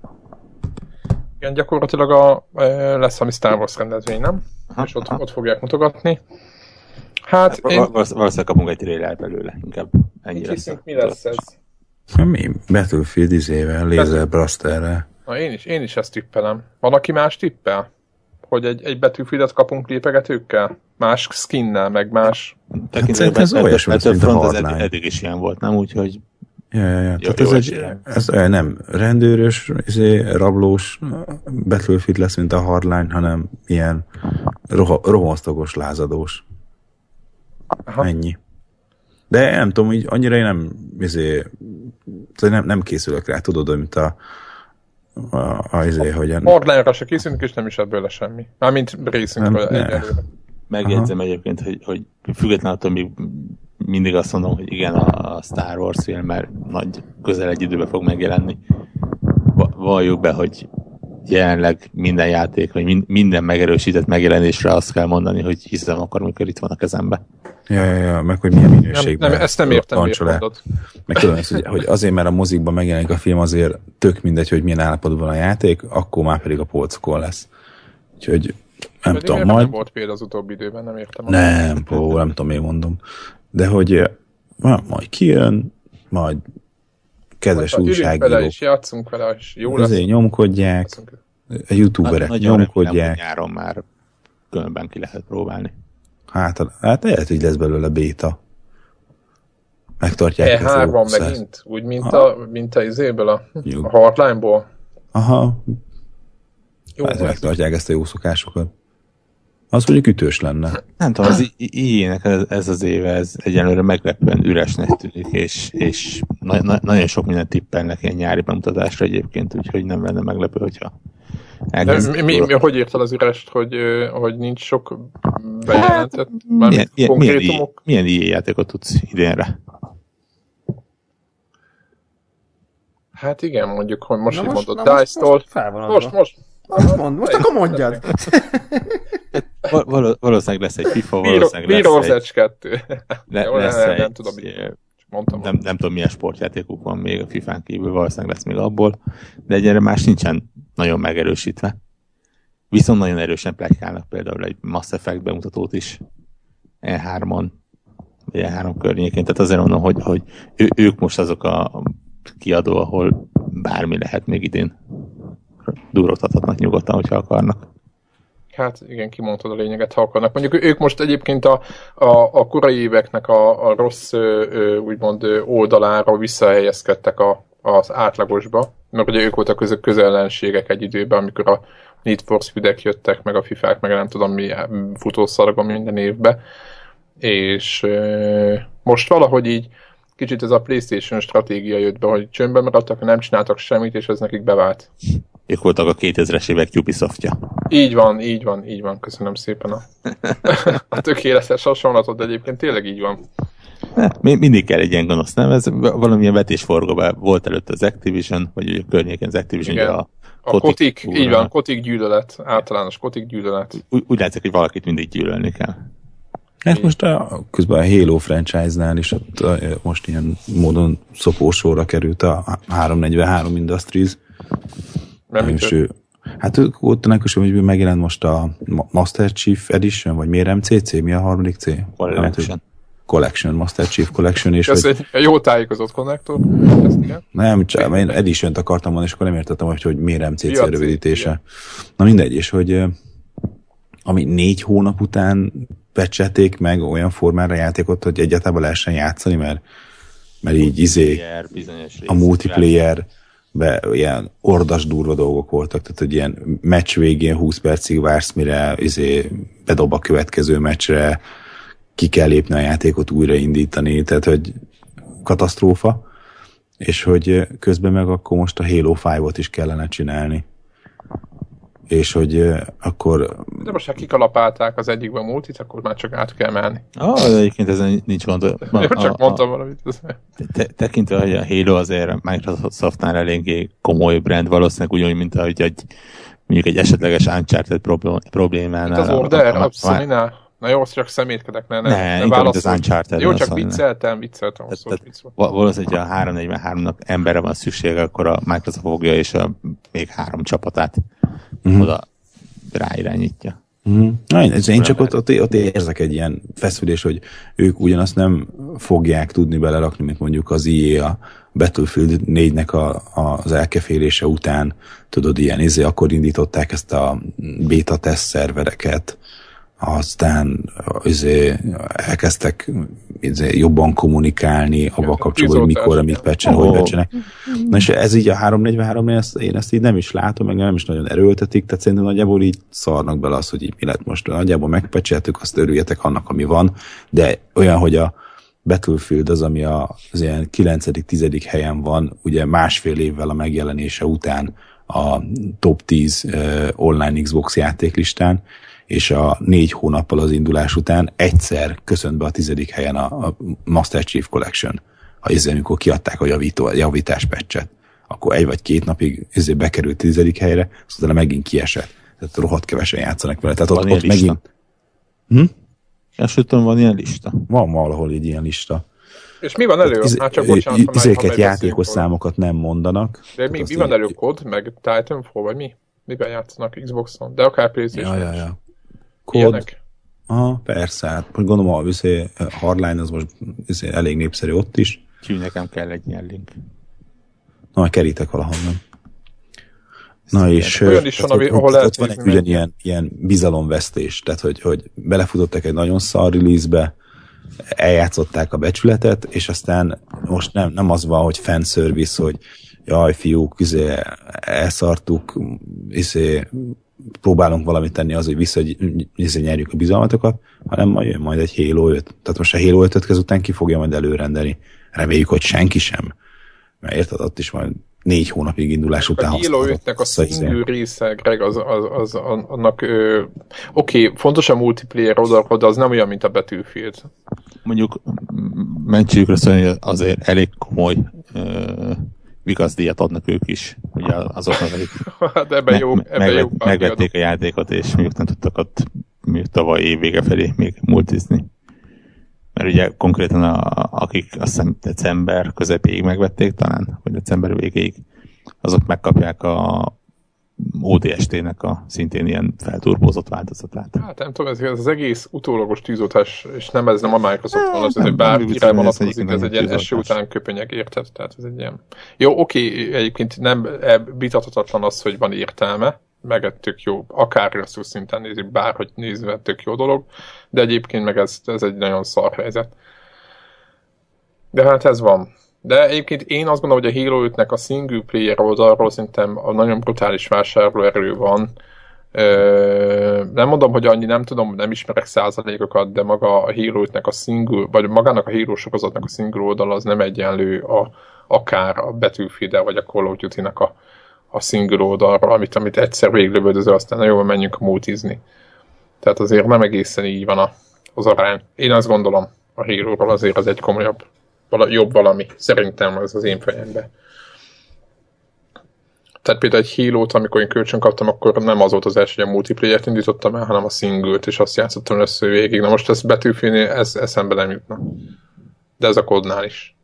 Igen, gyakorlatilag a, lesz valami Star Wars rendezvény, nem? Aha, és ott, ott fogják mutogatni. Hát, hát én... Valószínűleg kapunk egy trailer belőle, inkább ennyire. Hiszünk, mi lesz ez? Mi? Battlefield izével, Laser Blasterrel. Na én is, én is ezt tippelem. Van, aki más tippel? Hogy egy, egy Battlefieldet kapunk lépegetőkkel? Más skinnel, meg más... Tekintve ez olyasmi, mint a Hardline. Eddig is ilyen volt, nem? Úgyhogy... Ja, ja, ja. Tehát ez, egy, ez nem rendőrös, izé, rablós Battlefield lesz, mint a Hardline, hanem ilyen rohansztagos, lázadós. Aha. Ennyi. De nem tudom, így annyira én nem, izé, nem, nem készülök rá, tudod, mint a, a, a izé, hogy... A Hardline-ra se készülünk, és nem is ebből le semmi. Mármint Racingről egyelőre. Megjegyzem Aha. egyébként, hogy, hogy függetlenül attól még mindig azt mondom, hogy igen, a Star Wars film már nagy közel egy időben fog megjelenni. Valljuk be, hogy jelenleg minden játék, vagy minden megerősített megjelenésre azt kell mondani, hogy hiszem akkor, amikor itt van a kezembe. Ja, ja, ja, meg hogy milyen minőségben. Nem, nem, ezt nem értem, miért mondod. Meg tudom, hogy, hogy azért, mert a mozikban megjelenik a film, azért tök mindegy, hogy milyen állapotban a játék, akkor már pedig a polcokon lesz. Úgyhogy nem Pedig tudom, majd... Nem volt példa az utóbbi időben, nem értem. Nem, pó, nem tudom, én mondom. De hogy majd kijön, majd kedves majd újságírók. Vele és játszunk vele, és jó lesz. Azért nyomkodják, a youtuberek Nagy, nyomkodják. Remélem, nyáron már különben ki lehet próbálni. Hát, hát lehet, hogy lesz belőle béta. Megtartják e hárman megint? Úgy, mint ha. a, mint a izéből, a, a Hardline-ból? Aha. Jó, hát, megtartják ezt a jó szokásokat. Az mondjuk ütős lenne. Nem tudom, az ilyenek ez, ez az éve, ez egyenlőre meglepően üresnek tűnik, és, és na, na, nagyon sok mindent tippelnek ilyen nyári bemutatásra egyébként, úgyhogy nem lenne meglepő, hogyha mi, mi, mi, hogy írtad az ürest, hogy, hogy nincs sok bejelentett? Milyen, milyen, milyen, milyen ilyen játékot tudsz idénre? Hát igen, mondjuk, hogy most így mondod, Dice-tól. Most, most. Most mond, most akkor mondjad. Val- valószínűleg lesz egy FIFA, valószínűleg lesz egy... kettő. Le, Jó, lesz nem, egy... nem tudom, mondtam. Nem, nem tudom, milyen sportjátékuk van még a fifán kívül, valószínűleg lesz még abból, de egyre más nincsen nagyon megerősítve. Viszont nagyon erősen pletykálnak például egy Mass Effect bemutatót is E hármon, vagy E három környékén. Tehát azért mondom, hogy, hogy ő, ők most azok a kiadó, ahol bármi lehet még idén. Durrottathatnak nyugodtan, hogyha akarnak. Hát igen, kimondtad a lényeget, ha akarnak. Mondjuk ők most egyébként a, a, a korai éveknek a, a rossz ö, úgymond oldalára visszahelyezkedtek a, az átlagosba, mert ugye ők voltak közök közellenségek egy időben, amikor a Need for Speed-ek jöttek, meg a fifák, meg nem tudom mi futószalagon minden évben. És ö, most valahogy így kicsit ez a PlayStation stratégia jött be, hogy csöndben maradtak, nem csináltak semmit, és ez nekik bevált. Ők voltak a kétezres évek Ubisoftja. Így van, így van, így van. Köszönöm szépen a, a tökéletes hasonlatot, de egyébként tényleg így van. Mindig kell egy ilyen gonosz, nem? Ez valamilyen vetésforgóban volt előtt az Activision, vagy a környéken az Activision. Igen. A, a Kotik, így van, Kotik gyűlölet, általános Kotik gyűlölet. Úgy, úgy látszik, hogy valakit mindig gyűlölni kell. Hát most a, közben a Halo franchise-nál is ott a, most ilyen módon szopósóra került a háromszáznegyvenhárom Industries. És ő, hát ők ott nekünk, hogy megjelent most a Master Chief Edition, vagy miért em cé cé? Mi a harmadik C? Collection. Collection, Master Chief Collection. És ez hogy... egy jó tájékozott konnektor. Nem, csak én Edition-t akartam mondani, és akkor nem értettem, hogy, hogy miért em cé cé rövidítése. Na mindegy, és hogy ami négy hónap után becseték meg olyan formára játékot, hogy egyáltalán lehessen játszani, mert, mert így izé a multiplayer be ilyen ordas durva dolgok voltak, tehát hogy ilyen meccs végén húsz percig vársz, mire izé bedob a következő meccsre, ki kell lépni a játékot újraindítani, tehát hogy katasztrófa, és hogy közben meg akkor most a Halo ötöt is kellene csinálni. És hogy akkor... De most ha kikalapálták az egyikben multit, akkor már csak át kell menni. Ah, egyébként ezen nincs gond. Ma, Jó, csak a, mondtam a, valamit. Te, tekintve, hogy a Halo azért Microsoftnál eléggé komoly brand, valószínűleg ugyanúgy, mint ahogy egy, mondjuk egy esetleges Uncharted problémánál. Itt az Order, abszolút. Na jó, csak szemétkedek, ne, ne, ne, ne válaszol. Az Uncharted. Jó, csak vicceltem, vicceltem. Valószínűleg, hogy a háromszáznegyvenháromnak emberre van szüksége, akkor a Microsoft fogja és a még három csapatát mm. oda ráirányítja. Mm. Na, én, én csak ott, ott, ott érzek egy ilyen feszülés, hogy ők ugyanazt nem fogják tudni belerakni, mint mondjuk az i á a, Battlefield négynek a, a, az elkefélése után, tudod, ilyen izé, akkor indították ezt a beta test szervereket, aztán izé, elkezdtek izé, jobban kommunikálni abban kapcsolatban, hogy mikor, mit patchen, hogy patchenek. Na és ez így a háromszáznegyvenhárom-nél ezt, én ezt így nem is látom, meg nem is nagyon erőltetik, tehát szerintem nagyjából így szarnak bele az, hogy így mi lett most. Nagyjából megpatcheltük, azt örüljetek annak, ami van, de olyan, hogy a Battlefield az, ami az ilyen kilencedik-tizedik helyen van, ugye másfél évvel a megjelenése után a top tíz uh, online Xbox játéklistán, és a négy hónappal az indulás után egyszer köszönt be a tizedik helyen a, a Master Chief Collection. Ha ezzel, amikor kiadták a javító, javítás patchet, akkor egy vagy két napig ezzel bekerült tizedik helyre, aztán megint kiesett. Tehát rohadt kevesen játszanak vele. Tehát ott, ott megint... Hm? Elsőtön van ilyen lista? Van valahol egy ilyen lista. És mi van elő? Iz- hát csak bocsánat, Ezeket játékos számokat nem mondanak. De mi, mi van elő? Code, meg Titanfall, vagy mi? Miben játszanak Xboxon? De akár PlayStation. Ja, ja, ja. Code. Aha, persze. Hát gondolom, a viszont Hardline az most elég népszerű ott is. Úgyhogy nekem kell egy ilyen link. Na, kerítek valahonnan. Na és olyan is van, ami, ahol ott, ott van egy ugyanilyen ilyen bizalomvesztés, tehát hogy, hogy belefutottak egy nagyon szar release-be, eljátszották a becsületet, és aztán most nem, nem az van, hogy fanservice, hogy jaj, fiúk, izé, elszartuk, izé, próbálunk valamit tenni az, hogy visszanyerjük a bizalmatokat, hanem majd jön majd egy Halo öt. Tehát most a Halo ötöt ezután ki fogja majd előrendelni. Reméljük, hogy senki sem. Mert érted, ott is majd négy hónapig indulás után a Halo ötnek a szingű része, Greg, az, az, az, annak oké, okay, fontos a multiplayer oldalról, de az nem olyan, mint a Battlefield. Mondjuk mentségükre szólni, hogy azért elég komoly uh, vigaszdíjat adnak ők is, ugye azoknak, akik hát ebben jó, meg, ebben megvet, jó megvették a játékot, és mondjuk nem tudtak ott még tavaly év vége felé még multizni. Mert ugye konkrétan a, akik azt hiszem december közepéig megvették talán, vagy december végéig, azok megkapják a o dé es té-nek a szintén ilyen felturbózott változatát. Hát nem tudom, ez, ez az egész utólagos tűzoltás, és nem ez nem a Microsoft van, az, hogy bárkire vonatkozik, ez egy ilyen eső után köpenyek, érted? Tehát ez egy ilyen... Jó, oké, egyébként nem vitathatatlan az, hogy van értelme, meg tök jó, akár rasszú szinten nézik, bárhogy nézve tök jó dolog, de egyébként meg ez, ez egy nagyon szar helyzet. De hát ez van. De egyébként én azt gondolom, hogy a Halo ötnek a single player oldalról szerintem a nagyon brutális vásárlóerő van. Ö, nem mondom, hogy annyi, nem tudom, nem ismerek százalékokat, de maga a Halo ötnek a single, vagy magának a Halo sorozatnak a single oldal az nem egyenlő a, akár a Battlefield-el, vagy a Call of Duty-nek a a single oldalra, amit, amit egyszer végiglövöldöző, aztán na jó, menjünk multizni. Tehát azért nem egészen így van a, az arány. Én azt gondolom, a Halo-ról azért az egy komolyabb, vala, jobb valami. Szerintem ez az én fejemben. Tehát például egy Halo-t, amikor én kölcsön kaptam, akkor nem az volt az első, hogy a multiplayer-t indítottam el, hanem a single-t, és azt játszottam össze végig. Na most ez Battlefield-nél ez eszembe nem jutna. De ez a kodnál is.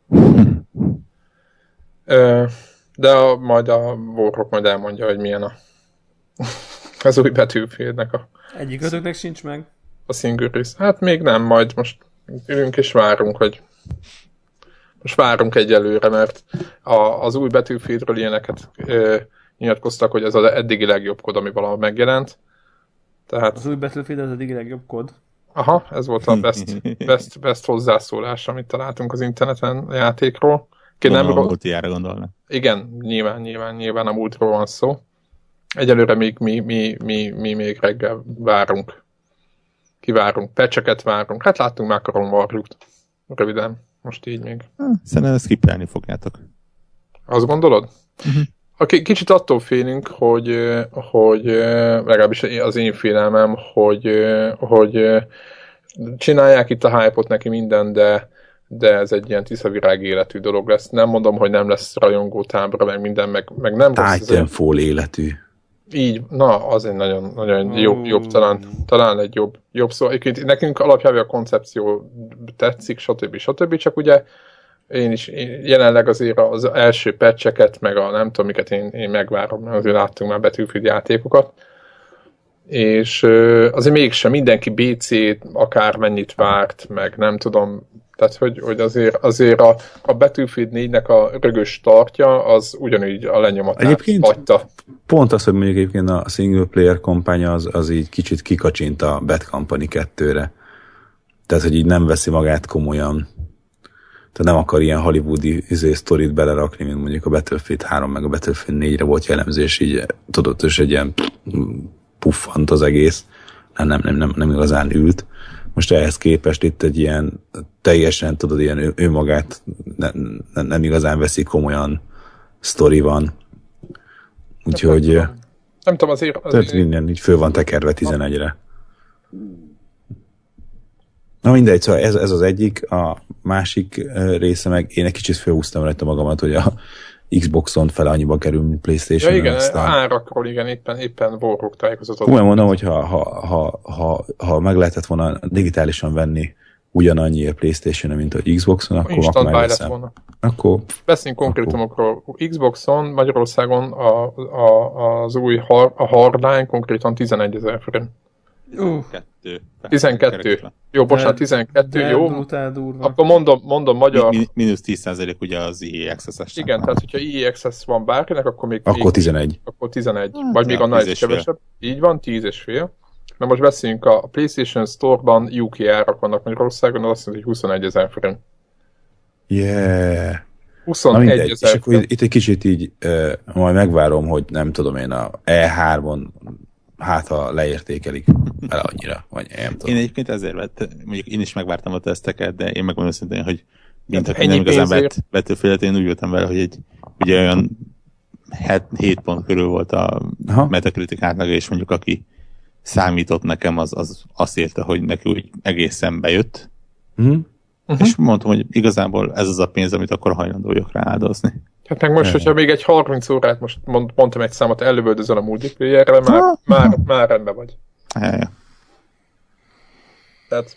Ö, de a, majd a Warhawk majd elmondja, hogy milyen a az új Battlefieldnek a... Egyikötöknek sincs meg? A single rész. Hát még nem, majd most ülünk és várunk, hogy most várunk egyelőre, mert a, az új Battlefieldről ilyeneket ö, nyilatkoztak, hogy ez az eddigi legjobb kod, ami valahol megjelent. Tehát... Az új Battlefield az eddigi legjobb kod? Aha, ez volt a best, best, best hozzászólás, amit találtunk az interneten a játékról. Nem a multijára gondolnak. Igen, nyilván, nyilván, nyilván a múltról van szó. Egyelőre még mi, mi, mi, mi még reggel várunk. Kivárunk, patcheket várunk. Hát láttunk már Coron Warrior-t. Röviden, most így még. Szerintem ezt skippelni fogjátok. Azt gondolod? Uh-huh. Okay, kicsit attól félünk, hogy, hogy legalábbis az én félelmem, hogy, hogy csinálják itt a hype-ot neki minden, de de ez egy ilyen tiszavirág életű dolog lesz. Nem mondom, hogy nem lesz rajongó tábra, meg minden, meg, meg nem rossz. Titanfall életű. Így, na, az egy nagyon, nagyon jobb, jobb talán, talán egy jobb, jobb szó. Egyébként nekünk alapjában a koncepció tetszik, stb. stb. Csak ugye én is én jelenleg azért az első patcheket, meg a nem tudom, miket én, én megvárom, mert azért láttunk már Battlefield játékokat. És azért mégsem mindenki bé cét akármennyit várt, meg nem tudom, Tehát, hogy, hogy azért, azért a, a Battlefield négynek a rögös startja, az ugyanúgy a lenyomatát egyébként hagyta. Pont az, hogy mondjuk egyébként a single player kampánya az, az így kicsit kikacsint a Bad Company kettőre. Tehát, hogy így nem veszi magát komolyan. Tehát nem akar ilyen hollywoodi izé, sztorit belerakni, mint mondjuk a Battlefield három meg a Battlefield négyre volt jellemző, és így tudod, és egy ilyen puffant az egész. Nem, nem, nem, nem, nem igazán ült. Most ehhez képest itt egy ilyen teljesen, tudod, ilyen ő, ő magát nem, nem, nem igazán veszi komolyan sztori van. Úgyhogy nem, nem, nem tudom, azért... azért... Tehát minden így föl van tekerve tizenegyre. Na mindegy, szóval ez, ez az egyik, a másik része meg én egy kicsit fölhúztam rajta magamat, hogy a Xboxon fele annyiba kerül, mint PlayStation. Ja igen, aztán... árakról igen, éppen, éppen Warhawk tájékozott. Úgy mondom, hogy ha, ha, ha, ha, ha meg lehetett volna digitálisan venni ugyanannyi a PlayStation, mint a Xboxon, akkor instant buy lett volna. Akkor... Beszéljünk konkrétumokról. Xboxon Magyarországon a, a, az új har, a Hardline konkrétan tizenegyezer forint. Uh. Kettő. tizenkettő. Jó, bocsánat, tizenkettő, de jó. Akkor mondom, mondom magyar... Mi, mínusz tíz százalék ugye az í á Access-es. Igen, tehát hogyha í á Access van bárkinek, akkor még... Akkor tizenegy. Akkor tizenegy. Hmm, vagy még annál is kevesebb. Így van, tíz és fél. Na most beszéljünk a PlayStation Store-ban u ká árak vannak Magyarországon, az azt mondja, hogy huszonegyezer forint. Yeah. huszonegyezer. És akkor itt egy kicsit így uh, majd megvárom, hogy nem tudom én a E hármon hát ha leértékelik vele annyira, vagy nem tudom. Én egyébként ezért vett, mondjuk én is megvártam a teszteket, de én megmondom szintén, hogy mint aki nem igazán vett Battlefieldet, én úgy voltam vele, hogy egy ugye olyan hét pont körül volt a Aha. Metacritic átlaga, és mondjuk aki számított nekem, az, az azt érte, hogy neki úgy egészen bejött. Uh-huh. Uh-huh. És mondtam, hogy igazából ez az a pénz, amit akkor hajlandó vagyok rááldozni. Hát meg most, e- hogyha még egy harminc órát, most mond, mondtam egy számot, előböldözöl a multiplayerre, már, ah. már, már rendben vagy. E- Tehát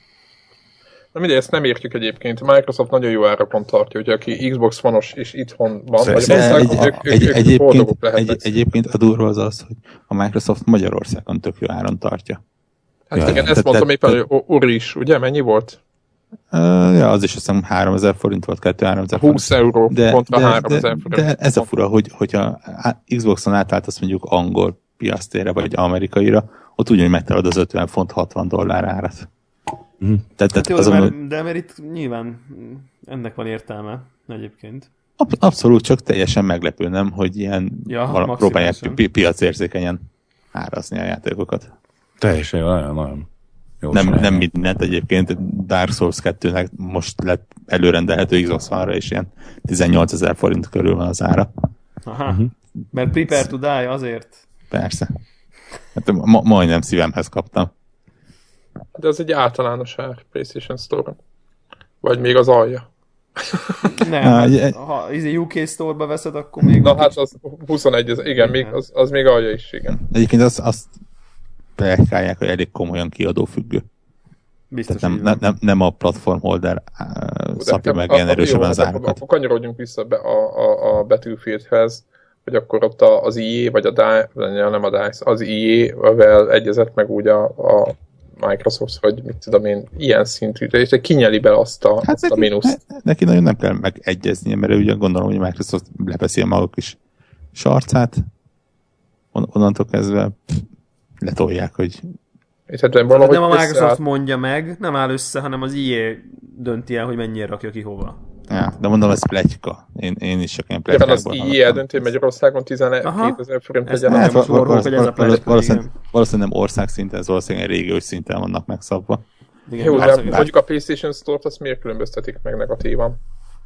na mindegy, ezt nem értjük egyébként. Microsoft nagyon jó árakon tartja, hogy aki Xbox One-os és itthon van, vagy egy, boldogok lehetnek. Egy, egyébként a durva az az, hogy a Microsoft Magyarországon tök jó áron tartja. Hát ja, igen, ezt te, mondtam te, éppen, te, hogy Uri is, ugye? Mennyi volt? Uh, ja, az is azt hiszem háromezer forint volt, kettő-három ezer forint. húsz euró de, kontra háromezer forint. De ez a fura, hogy, hogyha Xboxon átállt azt mondjuk angol piasztérre, vagy amerikaira, ott ugyanúgy megtalad az ötven font hatvan dollár árat. Mm. Tehát, hát jó, azon, mert, de mert itt nyilván ennek van értelme egyébként. Ab- abszolút, csak teljesen meglepő, nem, hogy ilyen ja, val- próbálják pi- piacérzékenyen árazni a játékokat. Teljesen jó, nagyon, nagyon jó. Nem, nem mindent egyébként, Dark Souls kettőnek most lett előrendelhető Xbox One-ra, és ilyen tizennyolcezer forint körül van az ára. Aha, uh-huh. Mert Prepare to Die azért. Persze. Hát ma- majdnem szívemhez kaptam. De az egy általános ár PlayStation Store-on. Vagy még az alja. Nem, hát, ha izé u ká Store-ba veszed, akkor még... Na hát az huszonegy, az, igen, még, az, az még alja is, igen. Egyébként azt, azt berekálják, hogy elég komolyan kiadófüggő. Biztos nem, nem, nem, nem a platform holder uh, szapja meg ilyen erősebben az árakat. Akkor kanyarodjunk vissza be a, a, a Battlefieldhez, hogy akkor ott az í á, vagy a DICE, nem a DICE, az í á-vel egyezett meg úgy a, a Microsoft, hogy mit tudom én, ilyen szintű, és kinyeli be azt a, hát azt neki, a mínuszt. Neki nagyon nem kell megegyeznie, mert ugye gondolom, hogy Microsoft leveszi a maguk is sarcát, On, onnantól kezdve letolják, hogy hát nem a Microsoft összeáll... mondja meg, nem áll össze, hanem az í á dönti el, hogy mennyire rakja ki hova. Ja, de mondom, ez pletyka. Én, én is csak ilyen pletykákból. Igen, az í á dönti, hogy Magyarországon tizenkétezer forint legyen. Hát, val- val- val- val- val- valószínűleg, valószínűleg nem ország szinten, ez valószínűleg egy régiós szinten vannak megszabva. Igen, jó, de mondjuk a PlayStation Store-t azt miért különböztetik meg negatívan?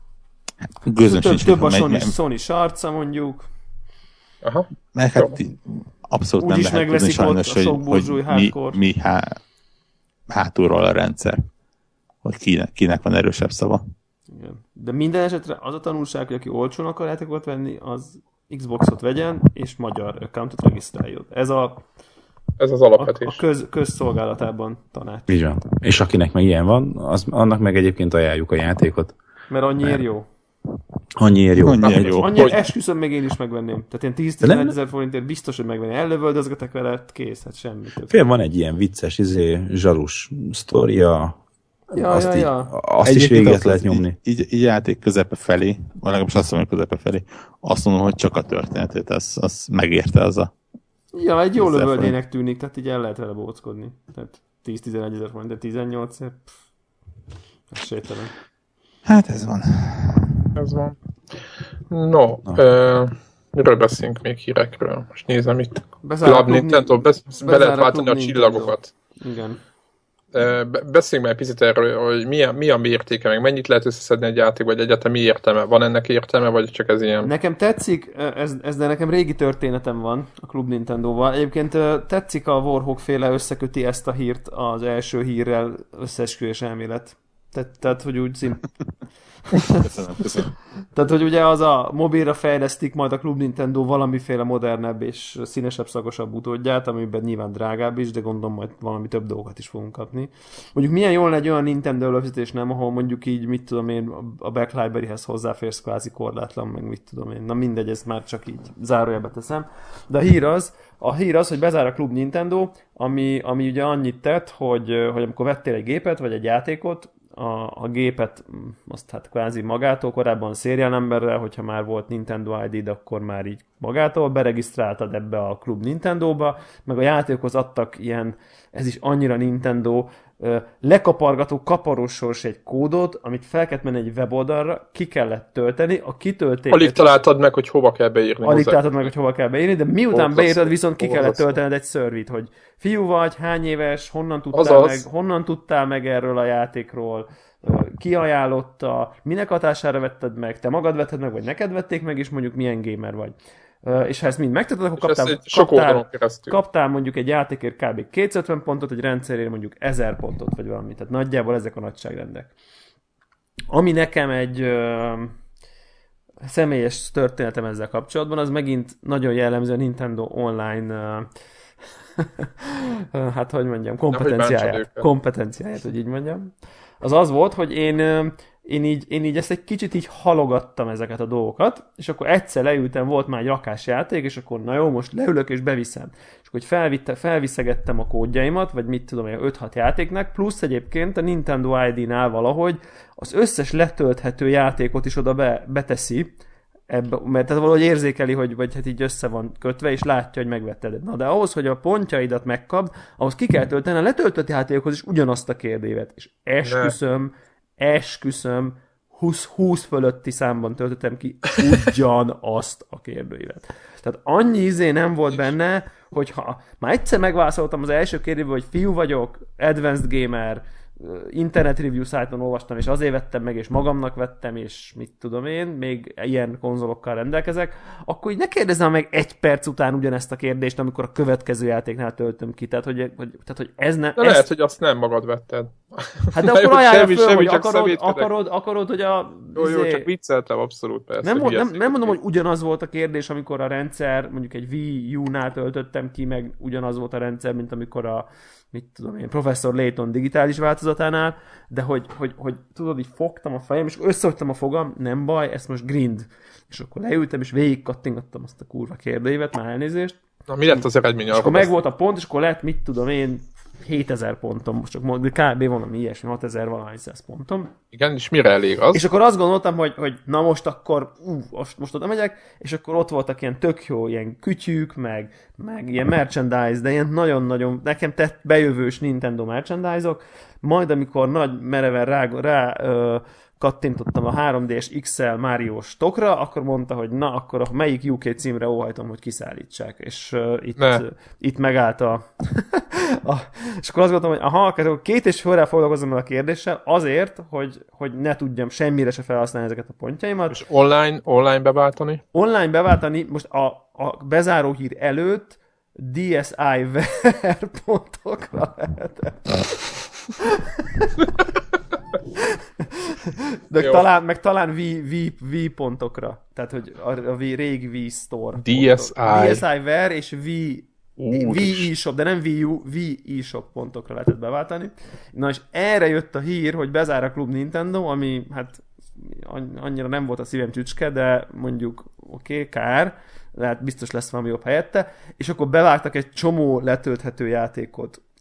Gőzöm sincs. Több a Sony, Sony sarca mondjuk. Aha. Mert hát abszolút úgy nem lehet tudni sajnos, hogy, hogy mi, mi há, hátulról a rendszer. Hogy kinek, kinek van erősebb szava. Igen. De minden esetre az a tanulság, hogy aki olcsón akar játékokat venni, az Xboxot vegyen, és magyar accountot regisztráljon. Ez a Ez az alapvetés. A, a köz, közszolgálatában tanács. Így van. És akinek meg ilyen van, az, annak meg egyébként ajánljuk a játékot. Mert annyiért jó. Annyiért jó. Annyiért jó. Annyiért esküszöm, meg én is megvenném. Tehát ilyen tíz-tizenegy ezer forintért biztos, hogy megvenni. Ellövöldözgetek vele, kész, hát semmi. Fél van egy ilyen vicces, izé, zsarus sztoria, Ja, azt ja, így, ja. azt is véget lehet nyomni. Így, így, így játék közepe felé, vagy legalábbis azt mondom, hogy közepe felé, azt mondom, hogy csak a történetét, az, az megérte az a... Ja, egy jó lövöldének tűnik, tehát így el lehet vele bóckodni. Tehát tíz-tizenegy ezer forint, de tizennyolc ezer, ez sételen. Hát ez van. Ez van. No, ö, miről beszélünk még hírekről? Most nézem itt. Bezár Club Nintendo, be, be lehet váltani a csillagokat. Igen. Beszéljünk már egy picit erről, hogy mi a, mi a mértéke, meg mennyit lehet összeszedni egy játék, vagy egyáltalán mi értelme? Van ennek értelme, vagy csak ez ilyen? Nekem tetszik, ez, ez de nekem régi történetem van a Club Nintendo-val. Egyébként tetszik a Warhawk féle összeköti ezt a hírt az első hírrel összeesküvés elmélet. Tehát, tehát hogy úgy szint... Köszönöm, köszönöm. Tehát, hogy ugye az a mobilra fejlesztik majd a Club Nintendo valamiféle modernebb és színesebb, szagosabb utódját, amiben nyilván drágább is, de gondolom majd valami több dolgokat is fogunk kapni. Mondjuk milyen jól egy olyan Nintendo előfizetés, nem, ahol mondjuk így, mit tudom én, a Back Library-hez hozzáférsz kvázi korlátlan, meg mit tudom én. Na mindegy, ezt már csak így zárójelbe teszem. De a hír az, a hír az, hogy bezár a Club Nintendo, ami, ami ugye annyit tett, hogy, hogy amikor vettél egy gépet, vagy egy játékot, A, a gépet, azt hát kvázi magától, korábban serial numberrel, hogyha már volt Nintendo i dé-d, akkor már így magától beregisztráltad ebbe a Club Nintendo-ba, meg a játékhoz adtak ilyen, ez is annyira Nintendo, lekapargató kaparós sors egy kódot, amit fel kellett menni egy weboldalra, ki kellett tölteni, a kitöltés... Alig találtad meg, hogy hova kell beírni. Alig találtad meg, hogy hova kell beírni, de miután beírtad, viszont ki kellett töltened egy szörvit, hogy fiú vagy, hány éves, honnan tudtál, meg, honnan tudtál meg erről a játékról, ki ajánlotta, minek hatására vetted meg, te magad vetted meg, vagy neked vették meg, és mondjuk milyen gamer vagy. Uh, és ha ezt mind megtetted, akkor kaptál, kaptál, kaptál mondjuk egy játékért kb. kétszázötven pontot, egy rendszerért mondjuk ezer pontot, vagy valami. Tehát nagyjából ezek a nagyságrendek. Ami nekem egy uh, személyes történetem ezzel kapcsolatban, az megint nagyon jellemző a Nintendo online uh, hát hogy mondjam, kompetenciáját, kompetenciáját, hogy így mondjam. Az az volt, hogy én Én így, én így ezt egy kicsit így halogattam ezeket a dolgokat, és akkor egyszer leültem, volt már egy rakásjáték, és akkor na jó, most leülök és beviszem. És akkor felvitte, felviszegettem a kódjaimat, vagy mit tudom én, öt-hat játéknak, plusz egyébként a Nintendo i dé-nál valahogy az összes letölthető játékot is oda be, beteszi, ebbe, mert tehát valahogy érzékeli, hogy vagy hát így össze van kötve, és látja, hogy megvetted. Na de ahhoz, hogy a pontjaidat megkapd, ahhoz ki kell tölteni a letöltött játékokhoz is ugyanazt a kérdévet. És esküszöm, esküszöm, húsz, húsz fölötti számban töltöttem ki ugyanazt a kérdőívet. Tehát annyi izé nem volt benne, hogyha már egyszer megválaszoltam az első kérdőbe, hogy fiú vagyok, advanced gamer, internet review szájton olvastam, és azért vettem meg, és magamnak vettem, és mit tudom én, még ilyen konzolokkal rendelkezek, akkor így ne kérdezzem meg egy perc után ugyanezt a kérdést, amikor a következő játéknál töltöm ki. Tehát, hogy, hogy, tehát, hogy ez nem... De ez... lehet, hogy azt nem magad vetted. Hát de akkor ajánlja föl, semmi, hogy akarod, akarod, akarod, hogy a... Jó, jó, csak vicceltem, abszolút persze. Nem, nem, nem mondom, hogy ugyanaz volt a kérdés, amikor a rendszer, mondjuk egy Wii U-nál töltöttem ki, meg ugyanaz volt a rendszer, mint amikor a mit tudom én, Professor Layton digitális változatánál, de hogy, hogy, hogy tudod, így fogtam a fejem, és összehagytam a fogam, nem baj, ezt most grind. És akkor leültem, és végig kattingattam azt a kurva kérdőívet, már elnézést. Na, mi lett az eredmény? És akkor meg volt a pont, és akkor lett, mit tudom én, hétezer pontom, most csak kb. Valami ilyesmi, hatezer valahány száz pontom. Igen, és mire elég az? És akkor azt gondoltam, hogy, hogy na most akkor, ú, most, most oda megyek, és akkor ott voltak ilyen tök jó, ilyen kütyük, meg, meg ilyen merchandise, de ilyen nagyon-nagyon, nekem tett bejövős Nintendo merchandise-ok, majd amikor nagy mereven rá, rá ö, kattintottam a három dés iksz el Mario-s tokra, akkor mondta, hogy na, akkor a melyik U K címre óhajtom, hogy kiszállítsák. És uh, itt, uh, itt megállt a... a... És akkor azt gondoltam, hogy aha, akkor két és fölrel foglalkozom el a kérdéssel, azért, hogy, hogy ne tudjam semmire se felhasználni ezeket a pontjaimat. És online, online beváltani? Online beváltani, most a, a bezáró hír előtt dé es i ver pontokra lehetett. De talán, meg talán V, V, V pontokra. Tehát, hogy a, a v, régi V Store. dé es i. dé es i ver és V, V eShop, de nem Wii U, V eShop pontokra lehetett beváltani. Na és erre jött a hír, hogy bezár a Club Nintendo, ami hát annyira nem volt a szívem csücske, de mondjuk oké, okay, kár, lehet biztos lesz valami jobb helyette, és akkor bevágtak egy csomó letölthető játékot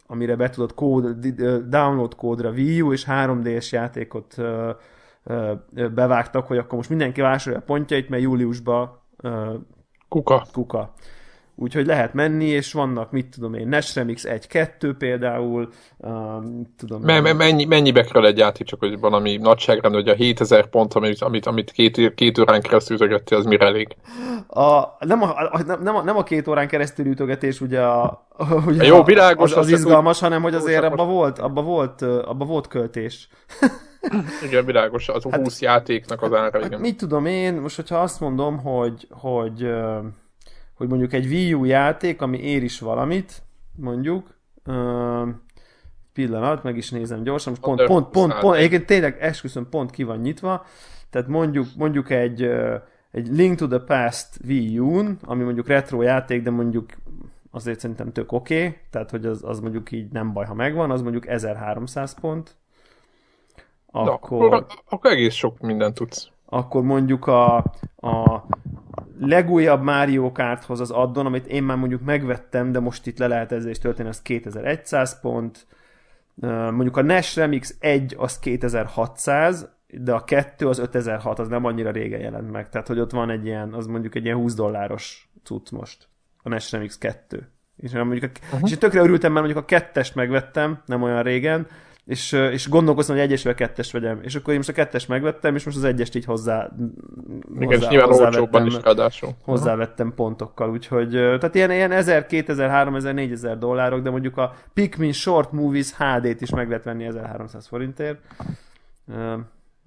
amire be tudod kód, download kódra Wii U és három dé-s játékot ö, ö, bevágtak, hogy akkor most mindenki vásárolja a pontjait, mert júliusban ö, kuka. kuka. Úgyhogy lehet menni, és vannak, mit tudom én, Nash Remix egy kettő például. Um, tudom Me- me- mennyi, mennyibe kerül egy játék, csak hogy valami nagyságrend, hogy a hétezer pont, amit, amit, amit két, két órán keresztül ütögettél, az mire elég? A, nem, a, a, nem, a, nem a két órán keresztül ütögetés ugye, a, ugye Jó, világos, az, az izgalmas, hanem hogy azért abba volt, abba volt, abba volt költés. Igen, világos, az hát, húsz játéknak az ára, igen. Hát mit tudom én, most hogyha azt mondom, hogy, hogy hogy mondjuk egy Wii U játék, ami ér is valamit, mondjuk, uh, pillanat, meg is nézem gyorsan, most pont, pont, pont, pont, egyébként tényleg esküszöm, pont ki van nyitva, tehát mondjuk, mondjuk egy, uh, egy Link to the Past Wii U-n, ami mondjuk retro játék, de mondjuk azért szerintem tök oké, okay, tehát hogy az, az mondjuk így nem baj, ha megvan, az mondjuk ezerháromszáz pont. Akkor, akkor, akkor egész sok mindent tudsz. Akkor mondjuk a, a legújabb Mario Karthoz az addon, amit én már mondjuk megvettem, de most itt le lehet ezzel is tölteni, az kétezer-száz pont. Mondjuk a Nash Remix egy az kétezer-hatszáz, de a kettő az ötezer-hat, az nem annyira régen jelent meg. Tehát, hogy ott van egy ilyen, az mondjuk egy ilyen húsz dolláros cucc most. A Nash Remix kettő. És, mondjuk a, uh-huh. és én tökre örültem, mert mondjuk a kettest megvettem, nem olyan régen, és, és gondolkoztam, hogy egyes vagy kettest vegyem. És akkor én most a kettest megvettem, és most az egyest így hozzá... Igen, hozzá, nyilván olcsóbban is ráadásul. Hozzávettem pontokkal, úgyhogy... Tehát ilyen, ilyen ezer, kétezer, háromezer, négyezer dollárok, de mondjuk a Pikmin Short Movies há dét is meg lehet venni ezerháromszáz forintért. Uh,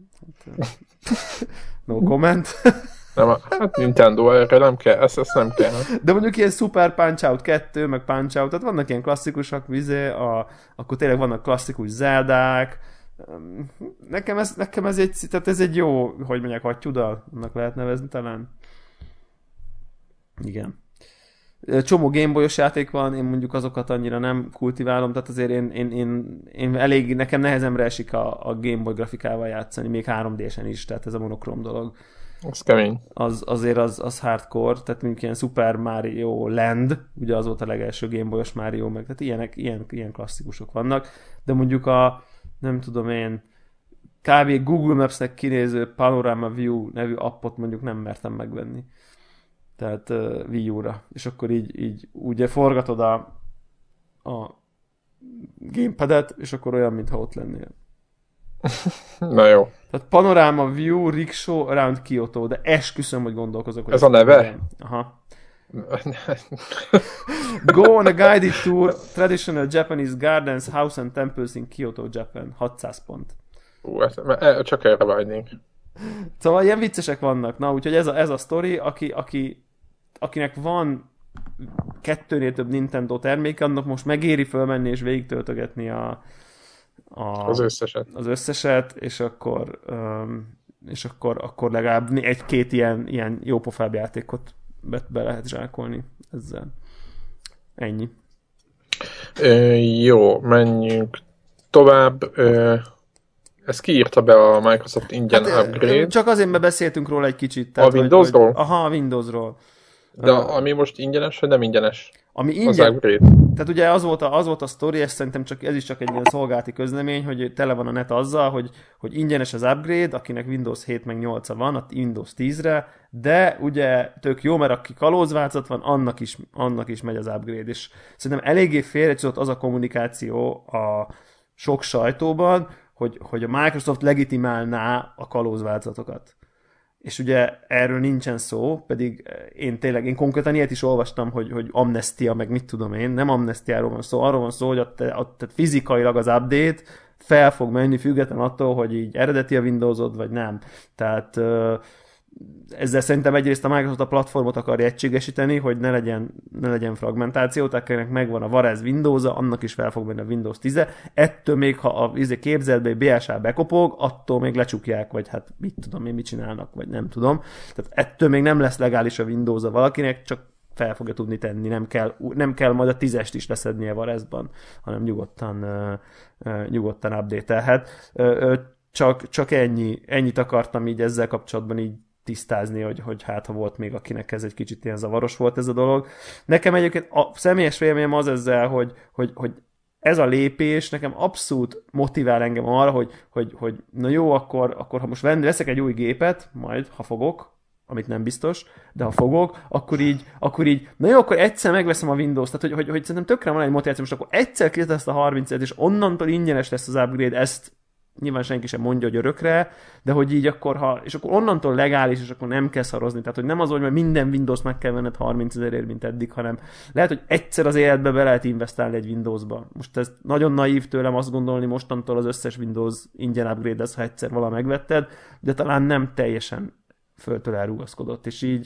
no comment. Nem, hát Nintendo, erre nem kell, ezt, ezt nem kell. De mondjuk ilyen Super Punch-Out kettő, meg Punch-Out, tehát vannak ilyen klasszikusak, vizé, a, akkor tényleg vannak klasszikus Zeldák. Nekem ez, nekem ez egy, tehát ez egy jó, hogy mondják, hattyúdal, annak lehet nevezni talán. Igen. Csomó Gameboy-os játék van, én mondjuk azokat annyira nem kultiválom, tehát azért én, én, én, én elég, nekem nehezemre esik a, a Gameboy grafikával játszani, még három dé-sen is, tehát ez a monokrom dolog. Az kemény. Az, azért az, az hardcore, tehát mondjuk ilyen Super Mario Land, ugye az volt a legelső Gameboy-os Mario, meg tehát ilyenek, ilyen, ilyen klasszikusok vannak, de mondjuk a, nem tudom én, kb. Google Maps-nek kinéző Panorama View nevű appot mondjuk nem mertem megvenni. Tehát uh, Wii U-ra. És akkor így, így ugye forgatod a, a gamepadet, és akkor olyan, mintha ott lennél. Na jó. Tehát Panorama View Rickshaw Around Kyoto, de esküszöm, hogy gondolkozok. Hogy ez a neve? Legyen. Aha. Go on a guided tour, traditional Japanese gardens, house and temples in Kyoto, Japan. hatszáz pont. Ú, ezt, csak erre vágynénk. Szóval ilyen viccesek vannak. Na, úgyhogy ez a, ez a sztori, aki, aki, akinek van kettőnél több Nintendo termék, annak most megéri fölmenni és végigtöltögetni a A, az összeset. Az összeset, és akkor, um, és akkor, akkor legalább egy-két ilyen, ilyen jópofább játékot be, be lehet zsákolni ezzel. Ennyi. Ö, jó, menjünk tovább. Ö, ezt kiírta be a Microsoft ingyen hát, upgrade. Csak azért, mert beszéltünk róla egy kicsit. Tehát, a Windowsról? Hogy, aha, a Windowsról. De uh, ami most ingyenes, vagy nem ingyenes? Ami ingyen, tehát ugye az volt a, az volt a sztori, és szerintem csak, ez is csak egy ilyen szolgálati közlemény, hogy tele van a net azzal, hogy, hogy ingyenes az upgrade, akinek Windows hét meg nyolca van, a Windows tízre, de ugye tök jó, mert aki kalózváltozat van, annak is, annak is megy az upgrade, és szerintem eléggé félrecsúszott az a kommunikáció a sok sajtóban, hogy, hogy a Microsoft legitimálná a kalózváltozatokat. És ugye erről nincsen szó, pedig én tényleg, én konkrétan ilyet is olvastam, hogy, hogy amnestia, meg mit tudom én, nem amnestiáról van szó, arról van szó, hogy a, a, a, fizikailag az update fel fog menni független attól, hogy így eredeti a Windowsod, vagy nem. Tehát ezzel szerintem egyrészt a Microsoft a platformot akarja egységesíteni, hogy ne legyen, ne legyen fragmentáció, tehát akinek megvan a Varez Windows-a, annak is fel fog menni a Windows tíz. Ettől még, ha a képzeletbe bé es á bekopog, attól még lecsukják, vagy hát mit tudom én, mit csinálnak, vagy nem tudom. Tehát ettől még nem lesz legális a Windows-a valakinek, csak fel fogja tudni tenni, nem kell, nem kell majd a tízest is leszednie Varezban, hanem nyugodtan, uh, uh, nyugodtan update-elhet. Uh, uh, csak, csak ennyi, ennyit akartam így ezzel kapcsolatban így tisztázni, hogy, hogy hát ha volt még akinek ez egy kicsit ilyen zavaros volt ez a dolog. Nekem egyébként a személyes véleményem az ezzel, hogy, hogy, hogy ez a lépés nekem abszolút motivál engem arra, hogy, hogy, hogy na jó, akkor, akkor ha most venni, veszek egy új gépet, majd, ha fogok, amit nem biztos, de ha fogok, akkor így, akkor így, na jó, akkor egyszer megveszem a Windows-t, tehát hogy, hogy, hogy szerintem tökre van egy motiváció, most akkor egyszer készítem ezt a harmincet, és onnantól ingyenes lesz az upgrade, ezt nyilván senki sem mondja, hogy örökre, de hogy így akkor, ha, és akkor onnantól legális, és akkor nem kell szarozni, tehát hogy nem az, hogy majd minden Windows meg kell venned harminc ezerért, mint eddig, hanem lehet, hogy egyszer az életbe be lehet investálni egy Windowsba. Most ez nagyon naív tőlem azt gondolni, mostantól az összes Windows ingyen upgrade lesz, ha egyszer vala megvetted, de talán nem teljesen föltől elrugaszkodott, és így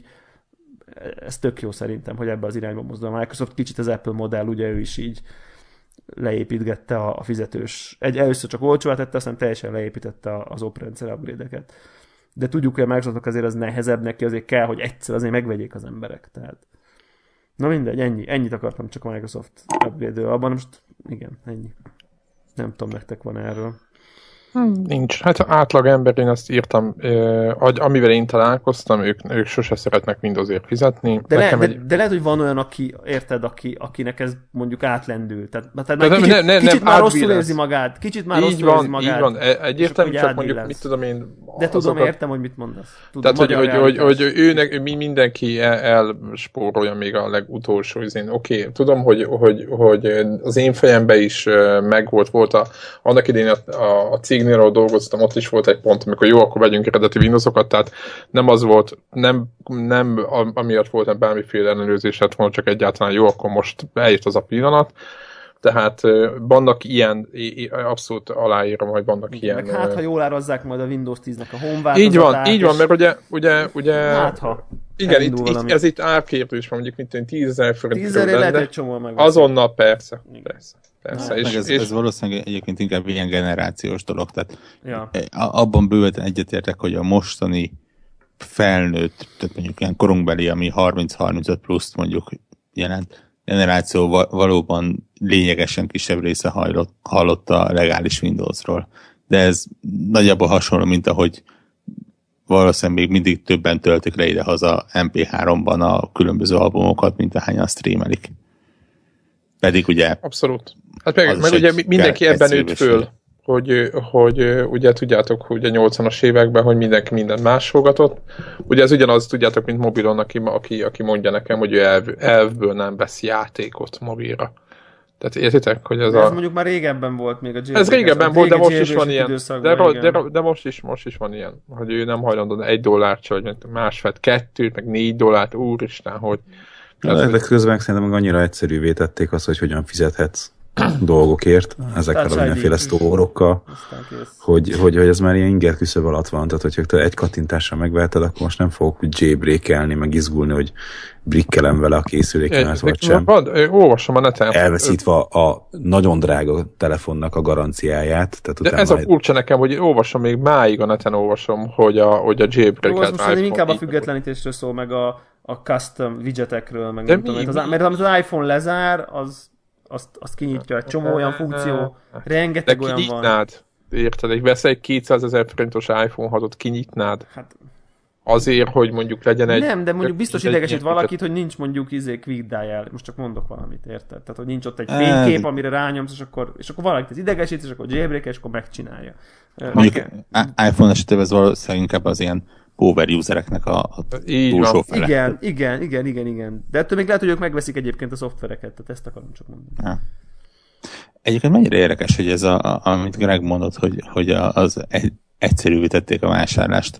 ez tök jó szerintem, hogy ebbe az irányba mozdul a Microsoft. Kicsit az Apple modell, ugye ő is így leépítgette a, a fizetős, egy először csak olcsóvá tette, aztán teljesen leépítette az oprendszer upgrade-eket. De tudjuk, hogy a Microsoftnak azért az nehezebb, neki azért kell, hogy egyszer azért megvegyék az emberek. Tehát. Na mindegy, ennyi. Ennyit akartam csak a Microsoft upgrade-ől. Abban most, igen, ennyi. Nem tudom, nektek van erről. Nincs. Hát átlag ember, én azt írtam, eh, amivel én találkoztam, ők, ők sose szeretnek Windowsért fizetni. De, le, de, de lehet, hogy van olyan, aki, érted, aki, akinek ez mondjuk átlendül. Tehát, tehát már kicsit, ne, ne, kicsit nem, már rosszul érzi magát. Kicsit már rosszul van, érzi magát. Így van, egyértelmű, csak mondjuk, lesz. Mit tudom én... De tudom, azokat... értem, hogy mit mondasz. Tudom, tehát, hogy, hogy, hogy, hogy őnek, mindenki elspórolja még a legutolsó izén. Oké, okay, tudom, hogy, hogy, hogy az én fejemben is megvolt, volt a, annak idején a, a, a cégnél, ahol dolgoztam, ott is volt egy pont, amikor jó, akkor vegyünk eredeti Windowsokat, tehát nem az volt, nem, nem amiatt volt bármiféle ellenőrzés, lett volna, csak egyáltalán jó, akkor most eljött az a pillanat. Tehát vannak ilyen, abszolút aláírom, hogy vannak ilyen... Meg hát, ha jól árazzák majd a Windows tíznek a home változatát. Így van, így van, mert ugye... ugye, ugye hát, ha igen, itt, itt, ez itt árkérdés van, mondjuk mint tízezer forint. tízezer lehet egy csomó meg. Azonnal persze, persze. persze. Hát, és, ez, és... ez valószínűleg egyébként inkább ilyen generációs dolog, tehát ja. abban bőven egyetértek, hogy a mostani felnőtt, tehát mondjuk ilyen korunkbeli, ami harminc-harmincöt pluszt mondjuk jelent, generáció valóban lényegesen kisebb része hallott, hallott a legális Windowsról. De ez nagyjából hasonló, mint ahogy valószínűleg még mindig többen töltik le idehaza em pé háromban a különböző albumokat, mint ahányan streamelik. Pedig ugye... Abszolút. Hát meg, meg ugye mindenki ebben nőtt föl, hogy, hogy ugye tudjátok, hogy a nyolcvanas években, hogy mindenki mindent másolgatott. Ugye ez ugyanaz, tudjátok, mint mobilon, aki, aki, aki mondja nekem, hogy ő elv, elvből nem vesz játékot mobilra. Tehát értitek, hogy ez, ez a... Ez mondjuk már régebben volt még a jailbreak. Ez régebben volt, de most is van ilyen. De, de, de most, is, most is van ilyen, hogy ő nem hajlandó egy dollárt, vagy másfél, kettőt, meg négy dollárt, úristen, hogy... De, de közben szerintem annyira egyszerűvé tették azt, hogy hogyan fizethetsz dolgokért, ezekkel a mindenféle sztórokkal, hogy, hogy, hogy ez már ilyen inger küszöb alatt van, tehát hogyha te egy kattintással megveheted, akkor most nem fogok úgy jailbreakelni, meg izgulni, hogy brikkelem vele a készülékemet, vagy sem. Van, olvasom a neten. Elveszítve a nagyon drága telefonnak a garanciáját. Tehát de ez a furcsa egy... nekem, hogy olvasom, még máig a neten olvasom, hogy a, hogy a jailbreak-et most iPhone inkább a függetlenítésről szól, meg a, a custom widgetekről, meg nem tudom, az, mert amit az iPhone lezár, az Azt, azt kinyitja, egy csomó olyan funkció, rengeteg olyan van. De kinyitnád, érted? Egy veszel egy kétszázezer forintos iPhone hatot, kinyitnád? Hát, azért, hogy mondjuk legyen egy... Nem, de mondjuk biztos idegesít valakit, hogy nincs mondjuk izé quick dial. Most csak mondok valamit, érted? Tehát, hogy nincs ott egy fénykép, amire rányomsz, és akkor, és akkor valakit ez idegesít, és akkor jailbreak, és akkor megcsinálja. Mondjuk iPhone esetében ez valószínűleg inkább az ilyen power usereknek a, a túlsó fele. Igen, igen, igen, igen, igen. De ettől még lehet, hogy ők megveszik egyébként a szoftvereket, tehát ezt akarom csak mondani. Ja. Egyébként mennyire érdekes, hogy ez, a, a, amit Greg mondott, hogy, hogy az egy, egyszerűvé tették a vásárlást,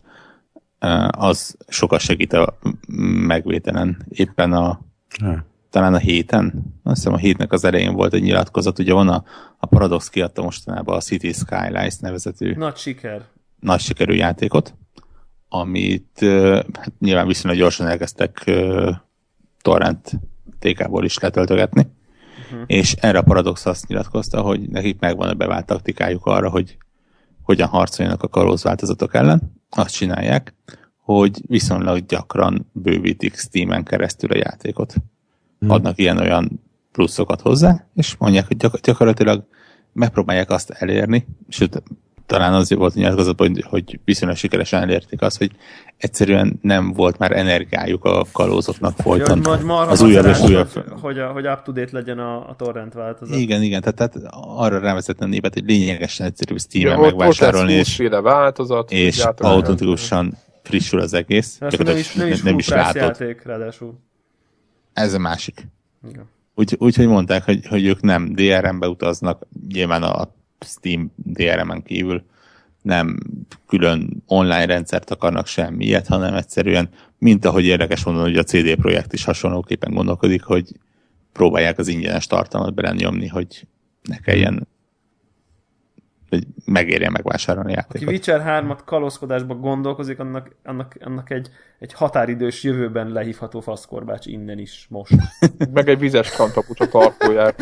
az sokat segít a megvételen. Éppen a ja. talán a héten, azt hiszem a hétnek az elején volt egy nyilatkozat, ugye van a, a Paradox kiadta mostanában a City Skylines nevezetű nagy siker. Nagy sikerű játékot, amit hát nyilván viszonylag gyorsan elkezdtek torrent té ká-ból is letöltögetni, uh-huh. és erre a Paradox azt nyilatkozta, hogy nekik megvan a bevált taktikájuk arra, hogy hogyan harcoljanak a kalózváltozatok ellen. Azt csinálják, hogy viszonylag gyakran bővítik Steamen keresztül a játékot. Hmm. Adnak ilyen-olyan pluszokat hozzá, és mondják, hogy gyak- gyakorlatilag megpróbálják azt elérni, sőt, talán az volt nyilatkozatban, hogy, hogy viszonylag sikeresen elérték azt, hogy egyszerűen nem volt már energiájuk a kalózoknak folyton. Az újabb és újabb... Hogy, a, hogy up-to-date legyen a, a torrent változat. Igen, igen, tehát, tehát arra rávezetni a népet, hogy lényegesen egyszerűbb Steam-en megvásárolni, és, változat, és automatikusan frissül az egész. Nem is, nem is, nem is látod. Játék, ráadásul. Ez a másik. Úgyhogy úgy, hogy mondták, hogy, hogy ők nem dé er em-be utaznak, nyilván a Steam dé er em-en kívül nem külön online rendszert akarnak semmi ilyet, hanem egyszerűen, mint ahogy érdekes mondani, hogy a cé dé Projekt is hasonlóképpen gondolkodik, hogy próbálják az ingyenes tartalmat belenyomni, hogy ne kelljen, hogy megérjen megvásárolni a játékot. Aki Witcher hármat kalózkodásban gondolkozik, annak, annak, annak egy, egy határidős jövőben lehívható faszkorbács innen is most. Meg egy vizes kantapucs a tartóját.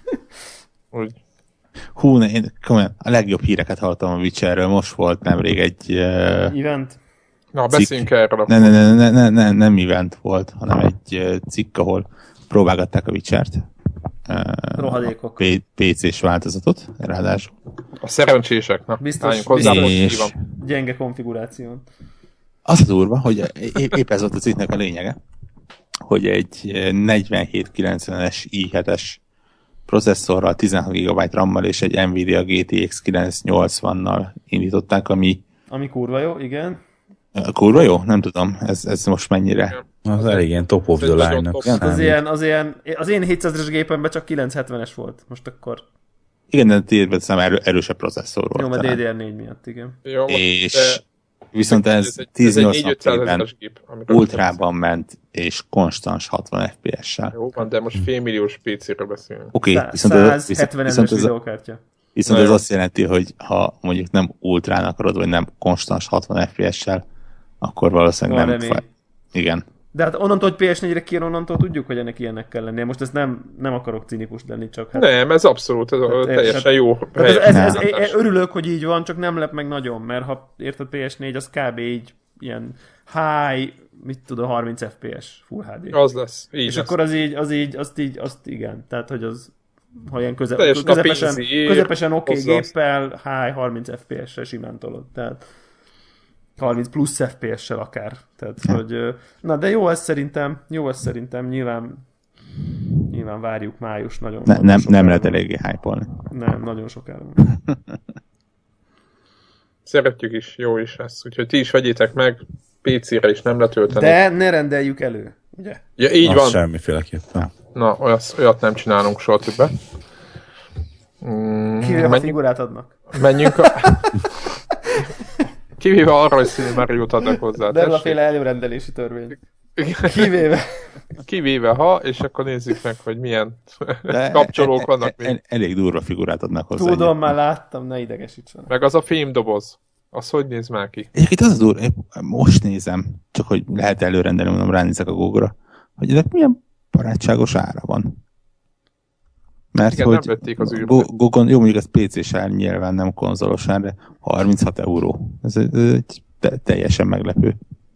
Úgy. Hú, én komolyan, a legjobb híreket hallottam a Witcherről, most volt nemrég egy uh, event. Na, beszéljünk erről. Ne, ne, ne, ne, ne, ne, nem event volt, hanem egy uh, cikk, ahol próbálgatták a Witchert. Uh, Rohadékok. A pé cés változatot, ráadásul. A szerencséseknek. Biztos, biztos és... gyenge konfiguráción. Az a durva, hogy épp, épp ez volt a cikknek a lényege, hogy egy negyvenhét kilencvenes i hetes processzorral, tizenhat gigabyte RAM-mal és egy Nvidia gé té iksz kilencszáznyolcvannal indították, ami... Ami kurva jó, igen. Kurva jó? Nem tudom. Ez, ez most mennyire... Az elég ilyen top of the line-nak. Hát az, ilyen, az, ilyen, az én hétszázas gépemben csak kilencszázhetvenes volt. Most akkor... Igen, de tiédben szám erő, erősebb processzor volt. Jó, mert dé dé er négy miatt, igen. Jó, és de... viszont ez, ez tizennyolc napjában ultrában ment, és konstans hatvan ef pé es-sel. Jó van, de most félmilliós pé céről beszélünk. Oké, okay, viszont, ez, viszont, viszont, ez, videókártya. Viszont ez azt jelenti, hogy ha mondjuk nem ultrán akarod, vagy nem konstans hatvan ef pé es-sel, akkor valószínűleg nem... Fa... Igen. De hát onnantól, hogy pé es négyre kijön, onnantól tudjuk, hogy ennek ilyennek kell lennie. Most ezt nem, nem akarok cinikus lenni, csak... Hát, nem, ez abszolút, ez hát, teljesen hát, jó. Hát ez, ez, ez, ez, örülök, hogy így van, csak nem lep meg nagyon, mert ha érted, pé es négy, az kb. Így ilyen high, mit tudom, harminc ef pé es Full há dé. Az lesz, így És lesz. akkor az így, az így, azt így, azt igen. Tehát, hogy az, ha ilyen köze, közepesen, közepesen oké okay, géppel, high harminc ef pé es-re simán tolod. Tehát harminc plusz ef pé es-sel akár. Tehát, hm. hogy, na de jó ez szerintem, jó ez szerintem, nyilván nyilván várjuk május nagyon. Ne, nagyon nem, nem lehet eléggé hype-olni. Nem, nagyon sokára. Szeretjük is, jó is lesz. Úgyhogy ti is vegyétek meg, pé cére is nem letölteni. De ne rendeljük elő, ugye? Ja, így az van. Semmiféleképpen. Na, olyat, olyat nem csinálunk soha többet. Mm, Kivéve a figurát adnak. Menjünk a... Kivéve arra, hogy Cinemario-t adnak hozzá. De a féle előrendelési törvény. Kivéve. Kivéve, ha, és akkor nézzük meg, hogy milyen de kapcsolók vannak el, el, el, elég durva figurát adnak hozzá. Tudom, egyet. Már láttam, ne idegesítsen. Meg az a fémdoboz. Az hogy néz már ki? Egyébként az a durva, most nézem, csak hogy lehet előrendelni, mondom, ránézek a Google-ra, hogy ennek milyen barátságos ára van. Mert igen, hogy nem vették az űrbe. Google, jó, mondjuk ez pé cés ár, nyilván nem konzolos ár, de harminchat euró. Ez, ez egy te, teljesen meglepő.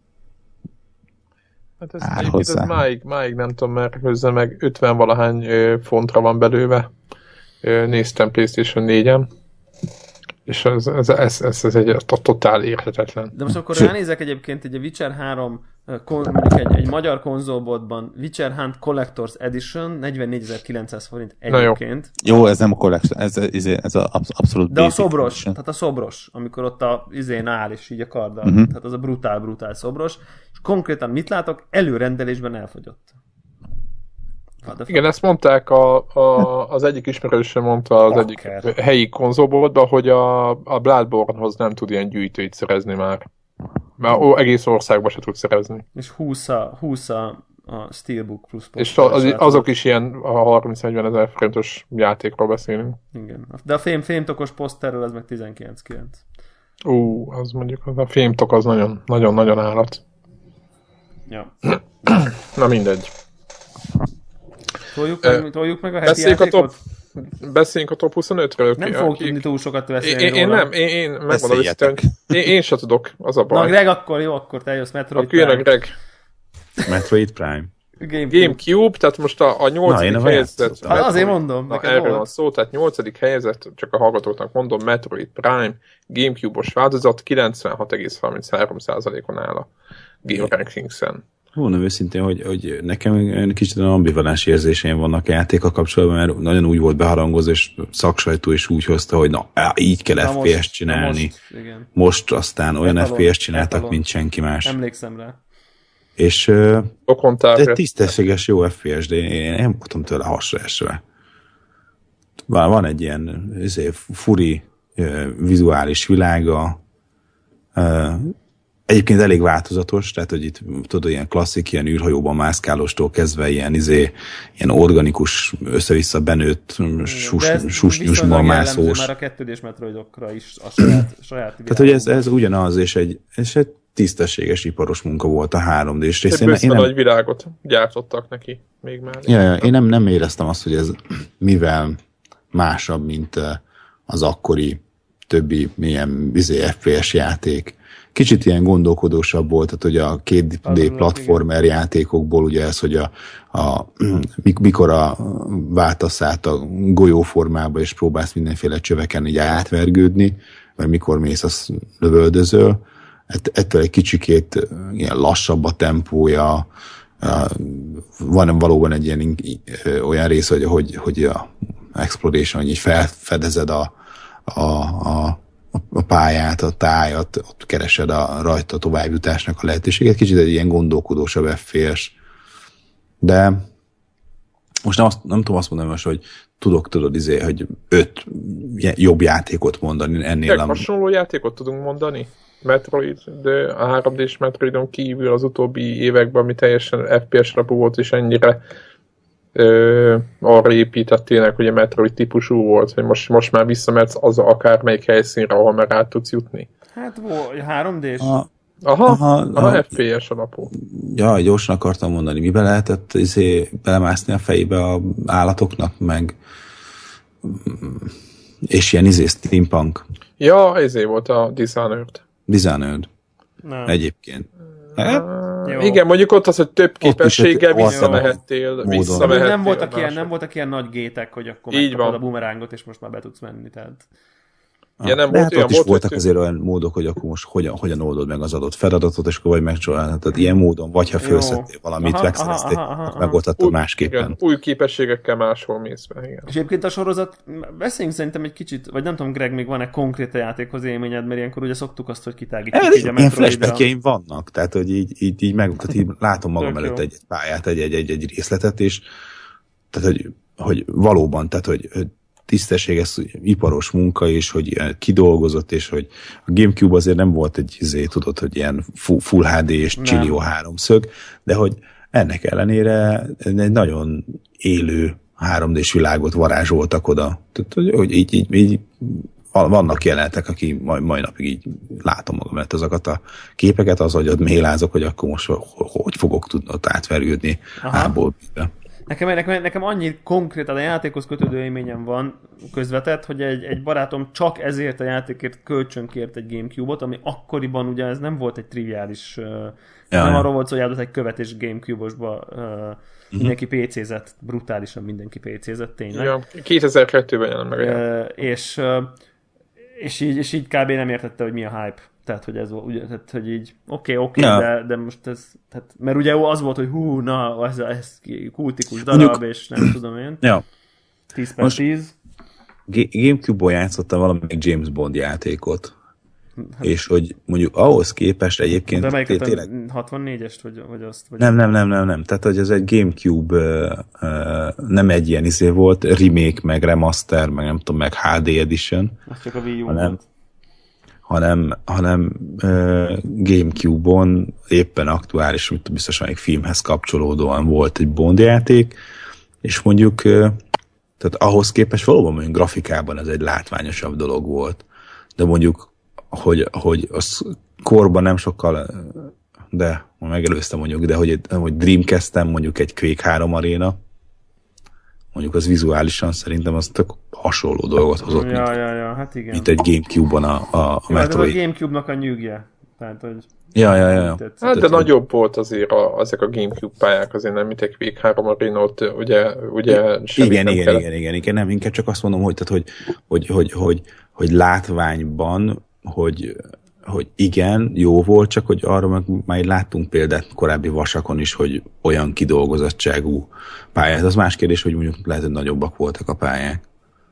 Hát ez, ez máig, máig nem tudom, mert közben meg ötven valahány fontra van belőle. Néztem PlayStation négyen. És ez, ez, ez, ez, ez egy totál érthetetlen. De most akkor ránézek egyébként egy Witcher három mondjuk egy, egy magyar konzolboltban Witcher Hunt Collector's Edition negyvennégyezer-kilencszáz forint egyébként. Jó. jó, ez nem a collection, ez, ez, ez a abszolút de a szobros, edition. Tehát a szobros, amikor ott a izén áll és így a karddal, uh-huh. Tehát az a brutál-brutál szobros, és konkrétan mit látok? Előrendelésben elfogyott. Igen, ezt mondták, a, a, az egyik ismerősöm mondta az Bakker. Egyik helyi konzolboltban, hogy a, a Bloodborne-hoz nem tud ilyen gyűjtőit szerezni már. Mert ó, egész országban se tud szerezni. És húsz a, húsz a, a Steelbook Plus. És az, azok is ilyen a harminc-negyven ezer forintos játékról beszélünk. Igen. De a fém, fémtokos poszterről az meg tizenkilenc kilenc. Ú, az mondjuk az a fémtok az nagyon, nagyon, nagyon állat. Ja. Na mindegy. Toljuk meg, toljuk meg a heti beszéljünk játékot? A top, beszéljünk a top huszonötről. Nem fogok tudni túl sokat beszélni én, én nem, én, én megmondom, hogy én, én sem tudok, az a baj. Na Greg, akkor jó, akkor te jössz Metroid Prime. Akkor jön a Greg. Metroid Prime. Gamecube. Gamecube, tehát most a, a nyolcadik helyezett... Hát azért mondom. Na, erről volt. Van szó, tehát nyolcadik helyezett, csak a hallgatóknak mondom, Metroid Prime Gamecube-os változat kilencvenhat egész harminchárom százalékon áll a Game Rankings-en. Mondom őszintén, hogy, hogy nekem kicsit ambivalens érzéseim vannak a játékkal kapcsolatban, mert nagyon úgy volt beharangozva, és szaksajtó is úgy hozta, hogy na, így kell na ef pé es-t csinálni. Most, most aztán olyan etalon, ef pé es-t csináltak, etalon. Mint senki más. Emlékszem rá. És de tisztességes jó ef pé es, de én nem voltam tőle hasra esve. Van, van egy ilyen ezért, furi vizuális világa, egyébként elég változatos, tehát, hogy itt tudod, ilyen klasszik, ilyen űrhajóban mászkálóstól kezdve ilyen, izé, ilyen organikus, össze-vissza benőtt, susnyusban mászós. Már a kettődés metroidokra is a saját, saját tehát, hogy ez, ez ugyanaz, és egy, és egy tisztességes iparos munka volt a három dés részén. Egy bőszben nagy világot gyártottak neki még már. Ja, ja, én nem, nem éreztem azt, hogy ez mivel másabb, mint az akkori többi milyen izé, ef pé es játék. Kicsit ilyen gondolkodósabb volt, tehát hogy a két dé platformer játékokból ugye ez, hogy a, a, mikor a váltasz át a golyóformába, és próbálsz mindenféle csöveken így átvergődni, vagy mikor mész, az lövöldözöl. Ettől egy kicsikét ilyen lassabb a tempója, van valóban egy ilyen olyan rész, hogy, hogy, hogy a exploration, hogy így felfedezed a, a, a a pályát, a tájat, ott keresed a rajta továbbjutásnak a lehetőséget. Kicsit egy ilyen gondolkodósabb ef pé es. De most nem, azt, nem tudom azt mondani most, hogy tudok, tudod, izé, hogy öt jobb játékot mondani ennél. A... Hasonló játékot tudunk mondani? Metroid, de a három dés Metroidon kívül az utóbbi években, ami teljesen ef pé es rapú volt, és ennyire Ö, arra építettének, hogy a Metroid típusú volt, hogy most, most már visszamehetsz az akármelyik helyszínre, ahol már át tudsz jutni. Hát három dés. Aha, aha, aha ef pé es alapú. Ja, gyorsan akartam mondani, mibe lehetett izé, belemászni a fejébe a állatoknak, meg és ilyen izé steampunk. Ja, ezé volt a Dishonored. Dishonored. Nem. Egyébként. Hát, igen, mondjuk ott az, hogy több képességgel visszamehettél. visszamehettél nem, voltak ilyen, nem voltak ilyen nagy gétek, hogy akkor megkapod a bumerángot, és most már be tudsz menni. Tehát... Ja, nem de volt hát olyan, ott is volt, voltak azért olyan módok, hogy akkor most hogyan, hogyan oldod meg az adott feladatot, és akkor vagy megcsinálhatod ilyen módon, vagy ha felszettél valamit, aha, megszereztél, aha, aha, aha, megoldhattad másképpen. Igen, új képességekkel máshol mész be, igen. És egyébként a sorozat, beszéljünk szerintem egy kicsit, vagy nem tudom, Greg, még van-e konkrét a játékhoz élményed, mert ilyenkor ugye szoktuk azt, hogy kitágítjuk így a Metroidra. Ilyen flashbackjeim vannak, tehát hogy így, így, így, meg, tehát így látom magam előtt egy, egy pályát, egy, egy, egy, egy részletet, és tehát hogy, hogy valóban, tehát hogy tisztességes iparos munka, és hogy kidolgozott, és hogy a Gamecube azért nem volt egy izé, tudod, hogy ilyen Full há dé és Chilio háromszög, de hogy ennek ellenére egy nagyon élő három dés világot varázsoltak oda. Tehát, hogy így, így, így vannak jelenetek, aki mai, mai napig így látom magam előtt azokat a képeket, az, hogy ott mélázok, hogy akkor most hogy fogok tudni ott átvergődni ából. Nekem, nekem, nekem annyi konkrétan a játékhoz kötődő élményem van közvetett, hogy egy, egy barátom csak ezért a játékért kölcsönkért egy Gamecube-ot, ami akkoriban ugye ez nem volt egy triviális, ja, nem arról volt szó, hogy adott egy követ és Gamecube-osba uh, uh-huh. mindenki pécézett, brutálisan mindenki pécézett, tényleg. Ja, kétezer-kettőben jelen meg. Uh, és, uh, és, így, és így kb. Nem értette, hogy mi a hype. Tehát, hogy ez volt, ugye, tehát, hogy így, oké, okay, oké, okay, ja. de, de most ez, tehát, mert ugye az volt, hogy hú, na, ez, ez kultikus darab, mondjuk, és nem tudom én. Ja. tíz per tíz. Gamecube-ból játszottam valamelyik James Bond játékot. Hát, és hogy mondjuk ahhoz képest egyébként... De melyiket tényleg... a hatvannégyest, vagy, vagy azt? Vagy nem, nem, nem, nem, nem. Tehát, hogy ez egy Gamecube uh, uh, nem egy ilyen izé volt, remake, meg remaster, meg nem tudom, meg há dé edition. Az csak a Wii U hanem, volt. hanem, hanem uh, Gamecube-on éppen aktuális, mint biztosan egy filmhez kapcsolódóan volt egy Bond játék, és mondjuk uh, tehát ahhoz képest valóban mondjuk grafikában ez egy látványosabb dolog volt. De mondjuk hogy, hogy az korban nem sokkal, de megelőztem mondjuk, de hogy, hogy Dreamcast-en mondjuk egy Quake három Arena, mondjuk az vizuálisan szerintem az tök hasonló dolgot hozott, ja, mint, ja, ja, hát igen. mint egy Gamecube-on a, a, a ja, Metroid. Ez a Gamecube-nak a nyűgje. Tehát, hogy Ja, ja, ja. Hát, de tehát, nagyobb volt azért a, ezek a Gamecube pályák, azért nem, mint egy Quake három Arénát, ugye, ugye igen, igen, igen, igen, igen, igen, nem, inkább csak azt mondom, hogy, tehát, hogy, hogy, hogy, hogy, hogy látványban, hogy, hogy igen, jó volt, csak hogy arra meg már láttunk példát korábbi vasakon is, hogy olyan kidolgozottságú pályát. Az más kérdés, hogy mondjuk lehet, hogy nagyobbak voltak a pályák.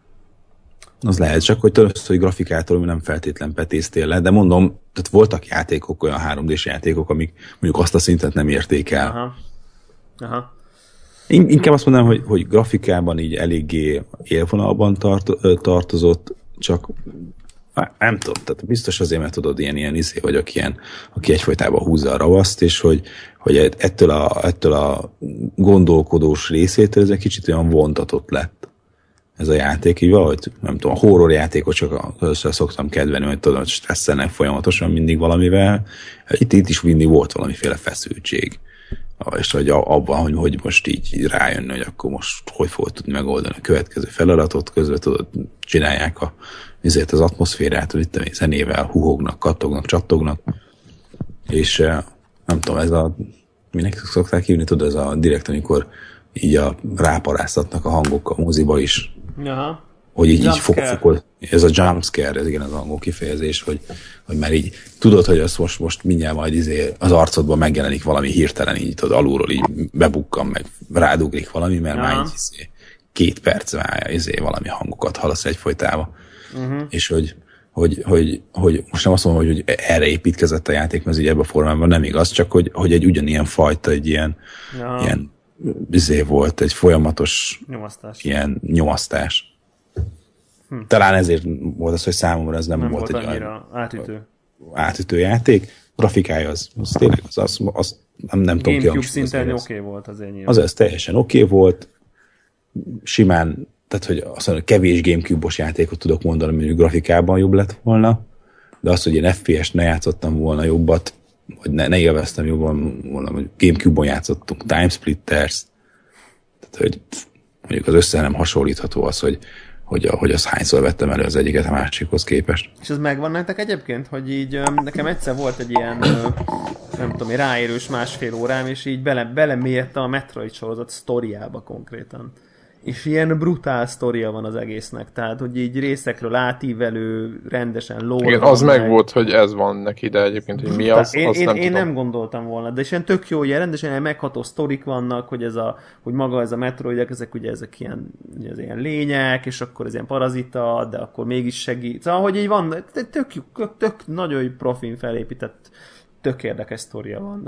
Az lehet, csak hogy tudod, hogy grafikától nem feltétlen petéztél le, de mondom, tehát voltak játékok, olyan három dés játékok, amik mondjuk azt a szintet nem érték el. Aha. Aha. Inkább azt mondanám, hogy, hogy grafikában így eléggé élvonalban tart, tartozott, csak nem tudom, tehát biztos azért, mert tudod, ilyen, ilyen izé vagyok, ilyen, aki egyfolytában húzza a ravaszt, és hogy, hogy ettől a, ettől a gondolkodós részétől ez egy kicsit olyan vontatott lett ez a játék, így valahogy, nem tudom, a horror játékot csak először szoktam kedvelni, hogy tudom, hogy stresszelnek folyamatosan mindig valamivel. Itt, itt is mindig volt valamiféle feszültség. És hogy abban, hogy, hogy most így rájönni, hogy akkor most hogy fogod tudni megoldani a következő feladatot, közben tudod, csinálják a, ezért az atmoszférát, hogy itt a zenével huhognak, kattognak, csattognak. És nem tudom, ez a, minek szokták hívni, tudod, ez a direkt, amikor így a ráparáztatnak a hangok a moziba is. Aha. Hogy így, így fog, ez a jumpscare, ez igen az angol kifejezés, hogy, hogy már így tudod, hogy az most, most mindjárt majd izé az arcodban megjelenik valami hirtelen, így tudod, alulról így bebukkan, meg rádugrik valami, mert Aha. már így izé, két perc válja, izé, valami hangokat hallasz egyfolytában. Uh-huh. És hogy, hogy, hogy, hogy most nem azt mondom, hogy, hogy erre építkezett a játék, mert ez így ebben a formában nem igaz, csak hogy, hogy egy ugyanilyen fajta, egy ilyen, ilyen izé volt, egy folyamatos nyomasztás. Ilyen nyomasztás. Hm. Talán ezért volt az, hogy számomra ez nem, nem volt, volt egy annyira átütő. átütő játék. Grafikája az, az tényleg, az, az, az nem, nem tudom ki. GameCube szinten oké okay volt azért nyilván. Az ez teljesen oké okay volt. Simán, tehát hogy azt mondom, kevés GameCube-os játékot tudok mondani, mondjuk grafikában jobb lett volna, de az, hogy én ef pé es-t ne játszottam volna jobbat, vagy ne, ne élveztem jobban volna, hogy GameCube-on játszottunk Timesplitters, tehát hogy mondjuk az össze nem hasonlítható az, hogy hogy, hogy azt hányszor vettem elő az egyiket a másikhoz képest. És ez megvan nektek egyébként, hogy így nekem egyszer volt egy ilyen, nem tudom, egy ráérős másfél órám, és így bele, belemélyedtem a Metroid sorozat sztoriába konkrétan. És ilyen brutál sztoria van az egésznek, tehát hogy így részekről átívelő, rendesen lore. Igen, az meg volt, hogy ez van neki, de egyébként, hogy mi az, én, azt én, nem én tudom. nem gondoltam volna, de és ilyen tök jó, ilyen rendesen megható sztorik vannak, hogy, ez a, hogy maga ez a Metroidek, ezek ugye ezek ilyen, ugye ez ilyen lények, és akkor ez ilyen parazita, de akkor mégis segít. Szóval, hogy így van, tök, tök, tök nagyon profin felépített, tök érdekes sztoria van.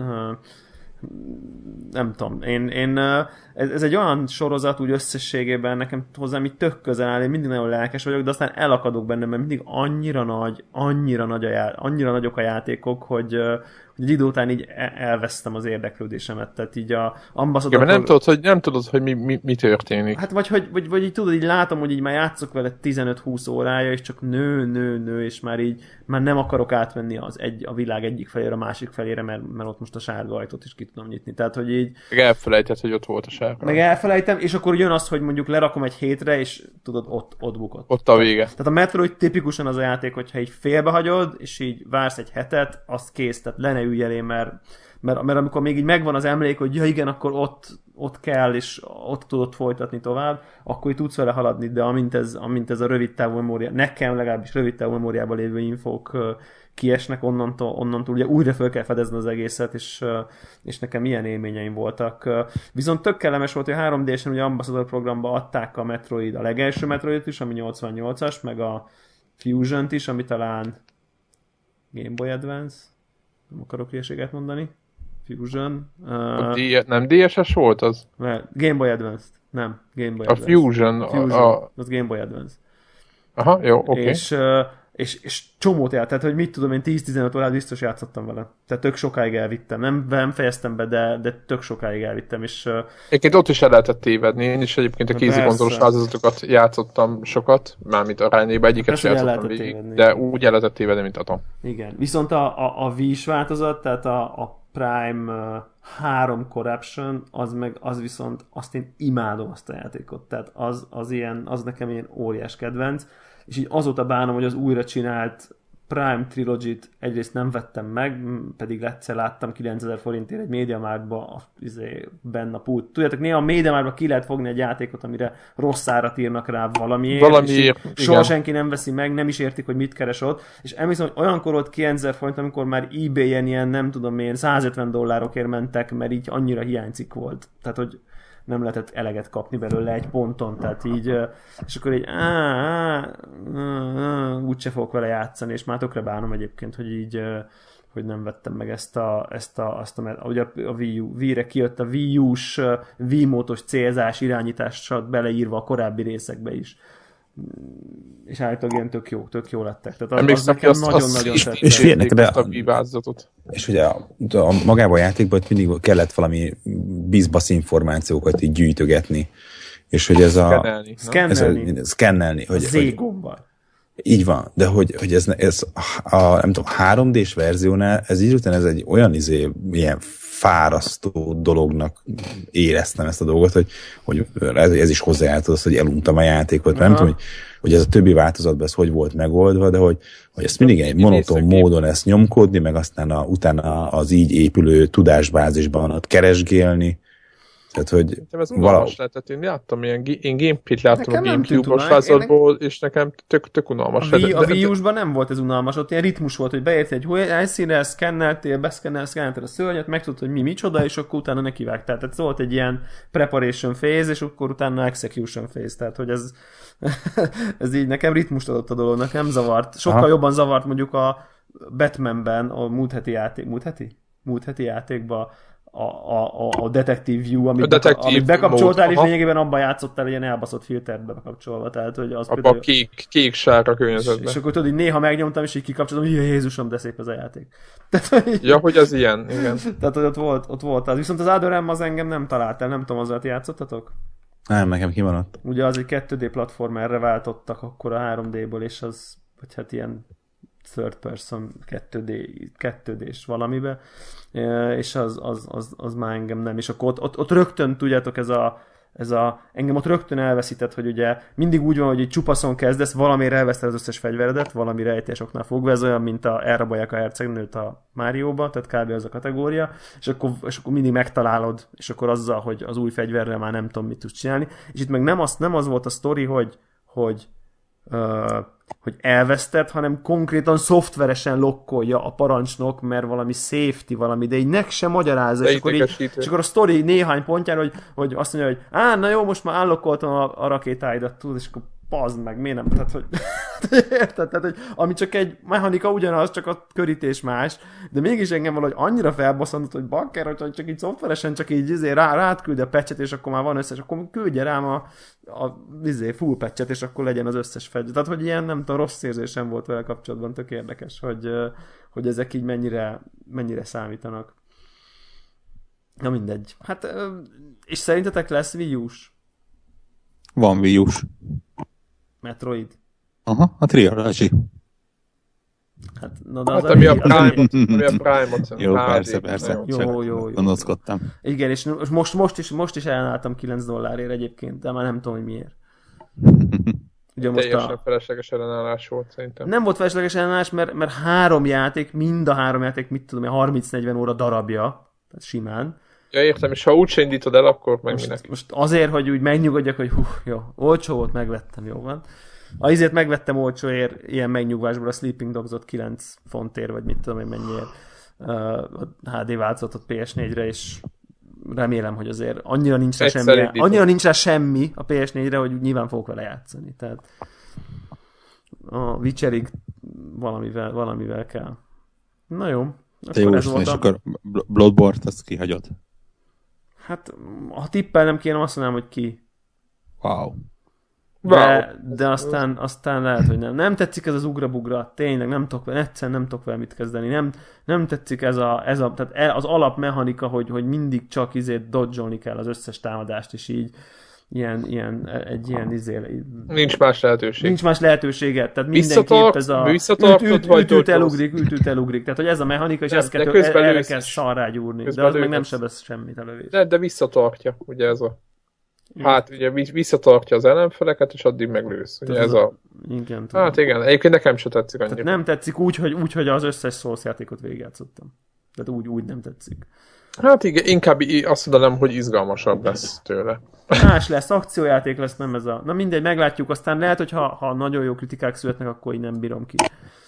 Nem tudom, én, én ez, ez egy olyan sorozat úgy összességében nekem hozzám így tök közel áll, én mindig nagyon lelkes vagyok, de aztán elakadok benne, mert mindig annyira nagy, annyira, nagy a já, annyira nagyok a játékok, hogy, hogy egy idő után így elvesztem az érdeklődésemet, tehát így a Ambassador... Igen, nem tudod, hogy, nem tudod, hogy mi, mi, mi történik. Hát vagy, hogy, vagy, vagy így tudod, így látom, hogy így már játszok vele tizenöt-húsz órája, és csak nő, nő, nő, és már így már nem akarok átvenni az egy, a világ egyik felére a másik felére, mert, mert ott most a sárga ajtót is ki tudom nyitni. Tehát, hogy így... Meg elfelejtett, hogy ott volt a sárga. Meg elfelejtem, és akkor jön az, hogy mondjuk lerakom egy hétre, és tudod, ott, ott bukott. Ott a vége. Tehát a Metroid tipikusan az a játék, hogyha így félbehagyod, és így vársz egy hetet, azt kész, tehát le ne ülj elé, mert, mert, mert amikor még így megvan az emlék, hogy ja igen, akkor ott, ott kell, és ott tudod folytatni tovább, akkor így tudsz vele haladni, de amint ez, amint ez a rövid távú memória, nekem legalábbis rövid távú memóriában lévő infók kiesnek onnantól, onnantól ugye újra fel kell fedezni az egészet, és, és nekem ilyen élményeim voltak. Viszont tök kellemes volt, hogy három dé-sen ugye Ambassador programba adták a Metroid, a legelső Metroid is, ami nyolcvannyolcas, meg a Fusion-t is, ami talán Game Boy Advance, nem akarok hülyeséget mondani. Fusion. Uh, D- nem dé es es volt az? Game Boy Advance. Nem, Game Boy a Advance. Fusion. Fusion. A... Az Game Boy Advance. Aha, jó, oké. Okay. És, és, és csomót járt, tehát hogy mit tudom, én tíz-tizenöt órát biztos játszottam vele. Tehát tök sokáig elvittem. Nem, nem fejeztem be, de, de tök sokáig elvittem. És, egyébként ott is el lehetett tévedni. Én is egyébként a kézikonzolos változatokat játszottam sokat, mármint arányéban egyiket sem játszottam végig, tévedni. De úgy el lehetett tévedni, mint Atom. Igen. Viszont a, a, a Wii-s változat, tehát a, a Prime uh, három Corruption, az meg az viszont azt én imádom azt a játékot. Tehát az, az, ilyen, az nekem ilyen óriás kedvenc. És így azóta bánom, hogy az újra csinált Prime Trilogy-t egyrészt nem vettem meg, pedig egyszer láttam kilencezer forintért egy MediaMarktba izé, benne a pult. Tudjátok, néha a MediaMarktba ki lehet fogni egy játékot, amire rossz árat írnak rá valamiért, valamiért és soha senki nem veszi meg, nem is értik, hogy mit keres ott, és emlékszem, hogy olyankor volt kilencezer forint, amikor már eBay-en ilyen, nem tudom én, százötven dollárokért mentek, mert így annyira hiányzik volt. Tehát, hogy nem lehetett eleget kapni belőle egy ponton, tehát így, és akkor így á, á, á, úgyse fogok vele játszani, és már tökre bánom egyébként, hogy így, hogy nem vettem meg ezt a, ezt a, azt a, ugye a Wii U, Wii-re kijött a Wii U-s, Wiimote-os célzás irányítással beleírva a korábbi részekbe is. És állítólag ilyen tök jó, tök jó lettek. Tehát az, az nekem nagyon-nagyon tetszett. És félnek be a bívázatot. És ugye a, a magában a játékban mindig kellett valami bizbasz információkat így gyűjtögetni. És hogy ez a... Szkennelni. Szkennelni. Szkennelni. Hogy, Z-gombbal. Így van, de hogy, hogy ez, ez a, nem tudom, három dés verziónál, ez így után ez egy olyan izé, ilyen fárasztó dolognak éreztem ezt a dolgot, hogy, hogy ez, ez is hozzájárult az, hogy eluntam a játékot. Nem tudom, hogy, hogy ez a többi változatban ez hogy volt megoldva, de hogy, hogy ezt mindig egy monoton módon ezt nyomkodni, meg aztán a, utána az így épülő tudásbázisban ott keresgélni. Tehát, hogy ez unalmas lett, tehát én láttam ilyen, én gameplayt láttam nekem a Gamecube-os vázatból, és nekem tök, tök unalmas a lett. A Wii U-sban nem volt ez unalmas, ott ilyen ritmus volt, hogy beértél egy helyszínre, szkenneltél, beszkenneltél, szkenneltél a szörnyet, megtudtad, hogy mi micsoda, és akkor utána nekivágtál. Tehát volt egy ilyen preparation phase, és akkor utána execution phase, tehát hogy ez, ez így nekem ritmust adott a dolognak, nem zavart. Sokkal Aha. jobban zavart mondjuk a Batmanben, a múlt heti játék, múlt heti? Múlt heti játékban a, a, a Detective View, amit, beka, amit bekapcsoltál, mód, és lényegében abban játszottál, egy ilyen elbaszott filtert bekapcsolva. Tehát, hogy az abban a kék, kék sárga környezetben. És, és akkor tudod, így néha megnyomtam, és így kikapcsoltam, hogy Jézusom, de szép ez a játék. Tehát, hogy, ja, hogy az ilyen, igen. Tehát, hogy ott volt, ott volt az. Viszont az Other M az engem nem talált el, nem tudom, azzal játszottatok? Nem, nekem kimaradt. Ugye az egy kettő dé platformerre váltottak akkor a három dé-ből, és az, vagy hát ilyen third person kettő dé, kettő dés valamibe, és az, az, az, az már engem nem. És akkor ott, ott, ott rögtön, tudjátok, ez a, ez a, engem ott rögtön elveszített, hogy ugye mindig úgy van, hogy egy csupaszon kezdesz, valamire elveszted az összes fegyveredet, valami rejtésoknál fogva, ez olyan, mint a elrabolják a hercegnőt a Márióba, tehát kb. Az a kategória, és akkor, és akkor mindig megtalálod, és akkor azzal, hogy az új fegyverrel már nem tudom, mit tudsz csinálni. És itt meg nem az, nem az volt a sztori, hogy, hogy uh, hogy elveszted, hanem konkrétan szoftveresen lokkolja a parancsnok, mert valami safety valami, de így nek sem magyarázza, és akkor, így, és akkor a sztori néhány pontján, hogy, hogy azt mondja, hogy á, na jó, most már állokkoltam a, a rakétáidat, tudod, és akkor pazd meg, miért nem? Tehát, hogy érted? Tehát, hogy ami csak egy mechanika ugyanaz, csak a körítés más, de mégis engem valahogy annyira felbosszantott, hogy bakker, hogy csak így szoftveresen csak így izé, rá, rátküld a patchet, és akkor már van összes, akkor küldje rám a, a izé, full patchet, és akkor legyen az összes fegyver. Tehát, hogy ilyen, nem tudom, rossz érzésem volt vele kapcsolatban, tök érdekes, hogy, hogy ezek így mennyire, mennyire számítanak. Na mindegy. Hát, és szerintetek lesz Wii U-s? Van Wii U-s. Metroid. Aha, a Trilogy. Hát, na de az hát ami a Prime-ot, ami a Prime-ot. Jó, persze, persze. Jó, jó, jó. Gonoszkodtam. Igen, és most, most, is, most is ellenálltam kilenc dollárért egyébként, de már nem tudom, hogy miért. Ugye most teljesen a... felesleges ellenállás volt szerintem. Nem volt felesleges ellenállás, mert, mert három játék, mind a három játék, mit tudom, harminc-negyven óra darabja, tehát simán. Ja, értem, és ha úgyse indítod el, akkor meg most, minek? Most azért, hogy úgy megnyugodjak, hogy hú, jó, olcsó volt, megvettem, jó van. Azért megvettem olcsóért, ilyen megnyugvásból a Sleeping Dogs-ot kilenc fontért, vagy mit tudom én mennyiért uh, a há dé változatot pé es négyre, és remélem, hogy azért annyira nincs rá semmi, annyira nincs rá semmi a pé es négyre, hogy nyilván fogok vele játszani. Tehát a Witcherig valamivel, valamivel kell. Na jó. Te jó, és a... akkor Bloodborne-t azt kihagyod? Hát, ha tippelnem kéne, azt mondanám, hogy ki. Wow. De, de aztán, aztán lehet, hogy nem. Nem tetszik ez az ugra-bugra, tényleg nem tudok vele, egyszerűen nem tudok vele mit kezdeni. Nem, nem tetszik ez, a, ez a, tehát az alapmechanika, hogy, hogy mindig csak izét dodge-olni kell az összes támadást, és így ilyen, ilyen, egy ilyen izé... Nincs más lehetőség. Nincs más lehetőséget, tehát mindenképp ez a... Visszatartod, üt, üt, vagy ütőt elugrik, ütőt elugrik. Tehát, hogy ez a mechanika, és nem, ezt kell, erre kell szarrá gyúrni. De az meg nem sebez semmit a lövés. De, de visszatartja, ugye ez a... Hát ugye visszatartja az ellenfeleket, és addig meglősz. Ugye ez a... Igen, tudom. Hát igen, egyébként nekem sem tetszik annyira. Tehát nem tetszik úgy, hogy, úgy, hogy az összes Souls játékot végigjátszottam. Tehát úgy, úgy nem tetszik. Hát igen, inkább azt mondanám, hogy izgalmasabb lesz tőle. Más lesz, akciójáték lesz, nem ez a... Na mindegy, meglátjuk, aztán lehet, hogy ha, ha nagyon jó kritikák születnek, akkor így nem bírom ki.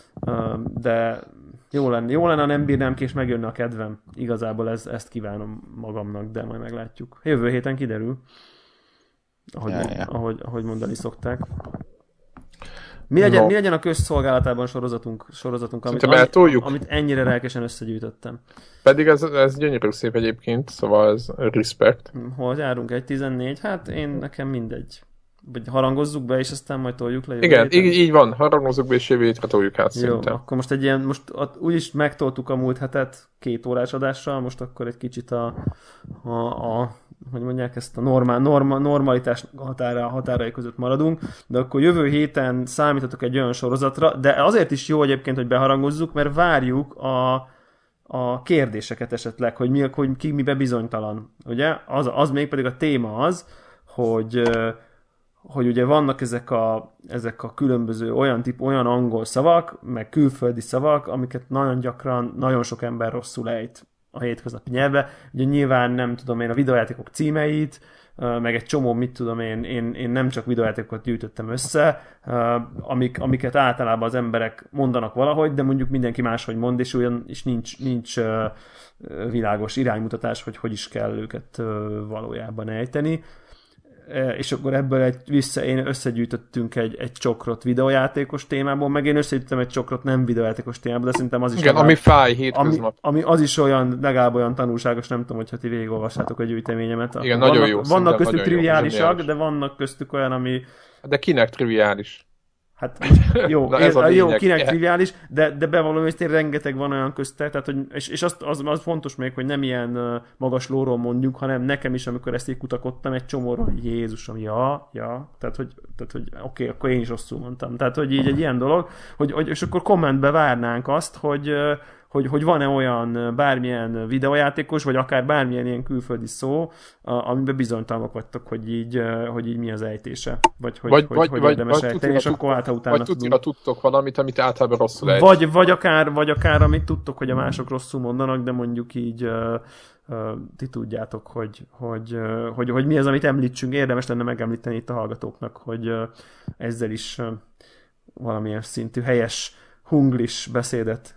De jó lenne, jó lenne, ha nem bírnám ki, és megjönne a kedvem. Igazából ez, ezt kívánom magamnak, de majd meglátjuk. Jövő héten kiderül. Ahogy, ja, ja. ahogy, ahogy mondani szokták. Mi legyen, no. mi legyen a közszolgálatában sorozatunk, sorozatunk amit, amit, amit ennyire lelkesen összegyűjtöttem? Pedig ez, ez gyönyörű szép egyébként, szóval ez respect. Hol járunk? egy tizennégy? Hát én nekem mindegy. Vagy harangozzuk be, és aztán majd toljuk le. Igen, így, így van, harangozzuk be, és jövő hétre toljuk át Jó, szerintem. akkor most egy ilyen, most úgyis megtoltuk a múlt hetet két órás adással, most akkor egy kicsit a, a, a hogy mondják ezt a normál, norma, normalitás határa, határai között maradunk, de akkor jövő héten számítatok egy olyan sorozatra, de azért is jó egyébként, hogy beharangozzuk, mert várjuk a, a kérdéseket esetleg, hogy, mi, hogy ki mibe bizonytalan. Ugye? Az, az még pedig a téma az, hogy hogy ugye vannak ezek a, ezek a különböző olyan tip, olyan angol szavak, meg külföldi szavak, amiket nagyon gyakran, nagyon sok ember rosszul ejt a hétköznapi nyelvbe. Ugye nyilván nem tudom én a videójátékok címeit, meg egy csomó, mit tudom én, én, én nem csak videójátékokat gyűjtöttem össze, amik, amiket általában az emberek mondanak valahogy, de mondjuk mindenki máshogy mond, és olyan és nincs, nincs világos iránymutatás, hogy hogy is kell őket valójában ejteni. És akkor ebből egy, vissza, én összegyűjtöttünk egy, egy csokrot videójátékos témából, meg én összegyűjtöttem egy csokrot nem videójátékos témából, de szerintem az is... Igen, legalább, ami fáj hétköznap. Ami, ami az is olyan, legalább olyan tanulságos, nem tudom, hogyha ti végigolvassátok a gyűjteményemet. Igen, vannak, nagyon jó. Vannak köztük triviálisak, de vannak köztük olyan, ami... De kinek triviális? Hát jó, ér, jó kinek triviális, de, de bevallom, hogy tényleg rengeteg van olyan köztek, tehát, hogy, és, és azt, az, az fontos még, hogy nem ilyen uh, magas lóról mondjuk, hanem nekem is, amikor ezt így kutakodtam, egy csomóra, Jézusom, ja, ja, tehát, hogy, tehát, hogy oké, okay, akkor én is rosszul mondtam. Tehát, hogy így egy ilyen dolog, hogy, hogy és akkor kommentbe várnánk azt, hogy uh, Hogy, hogy van-e olyan bármilyen videójátékos, vagy akár bármilyen ilyen külföldi szó, amiben bizonytalanok vagytok, hogy így, hogy így mi az ejtése. Vagy hogy, vagy, hogy, vagy, hogy vagy, érdemes vagy ejteni, és akkor által utána vagy tudjuk. tudtok valamit, amit általában rosszul ejt. Vagy, vagy, akár, vagy akár, amit tudtok, hogy a mások rosszul mondanak, de mondjuk így uh, uh, ti tudjátok, hogy, hogy, uh, hogy, hogy mi az, amit említsünk. Érdemes lenne megemlíteni itt a hallgatóknak, hogy uh, ezzel is uh, valamilyen szintű helyes hunglis beszédet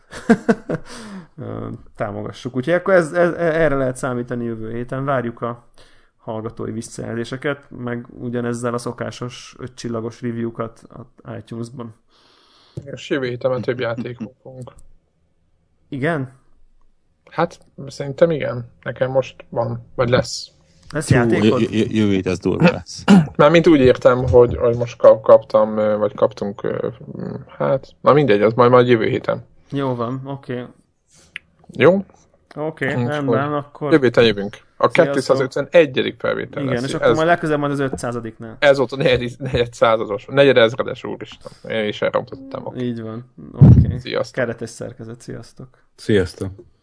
támogassuk. Úgyhogy akkor ez, ez, erre lehet számítani jövő héten. Várjuk a hallgatói visszajelzéseket, meg ugyanezzel a szokásos ötcsillagos review-kat a iTunes-ban. És jövő héten több játékot fogunk. Igen? Hát szerintem igen. Nekem most van, vagy lesz. Lesz játékod? Jövő hét az durva lesz. Mármint úgy értem, hogy, hogy most kap, kaptam, vagy kaptunk, hát, na mindegy, az majd majd jövő héten. Jó van, oké. Okay. Jó? Oké, okay, rendben, akkor... Jövő héten jövünk. A kétszázötvenegyedik felvétel igen, lesz. és akkor ez... majd legközelebb majd az ötszázadiknál. Ez volt a negyed, negyed százados, negyed ezredes, úristen. Én is elrontottam. Így van, oké. Okay. Sziasztok. Keretes szerkezet, sziasztok. Sziasztok.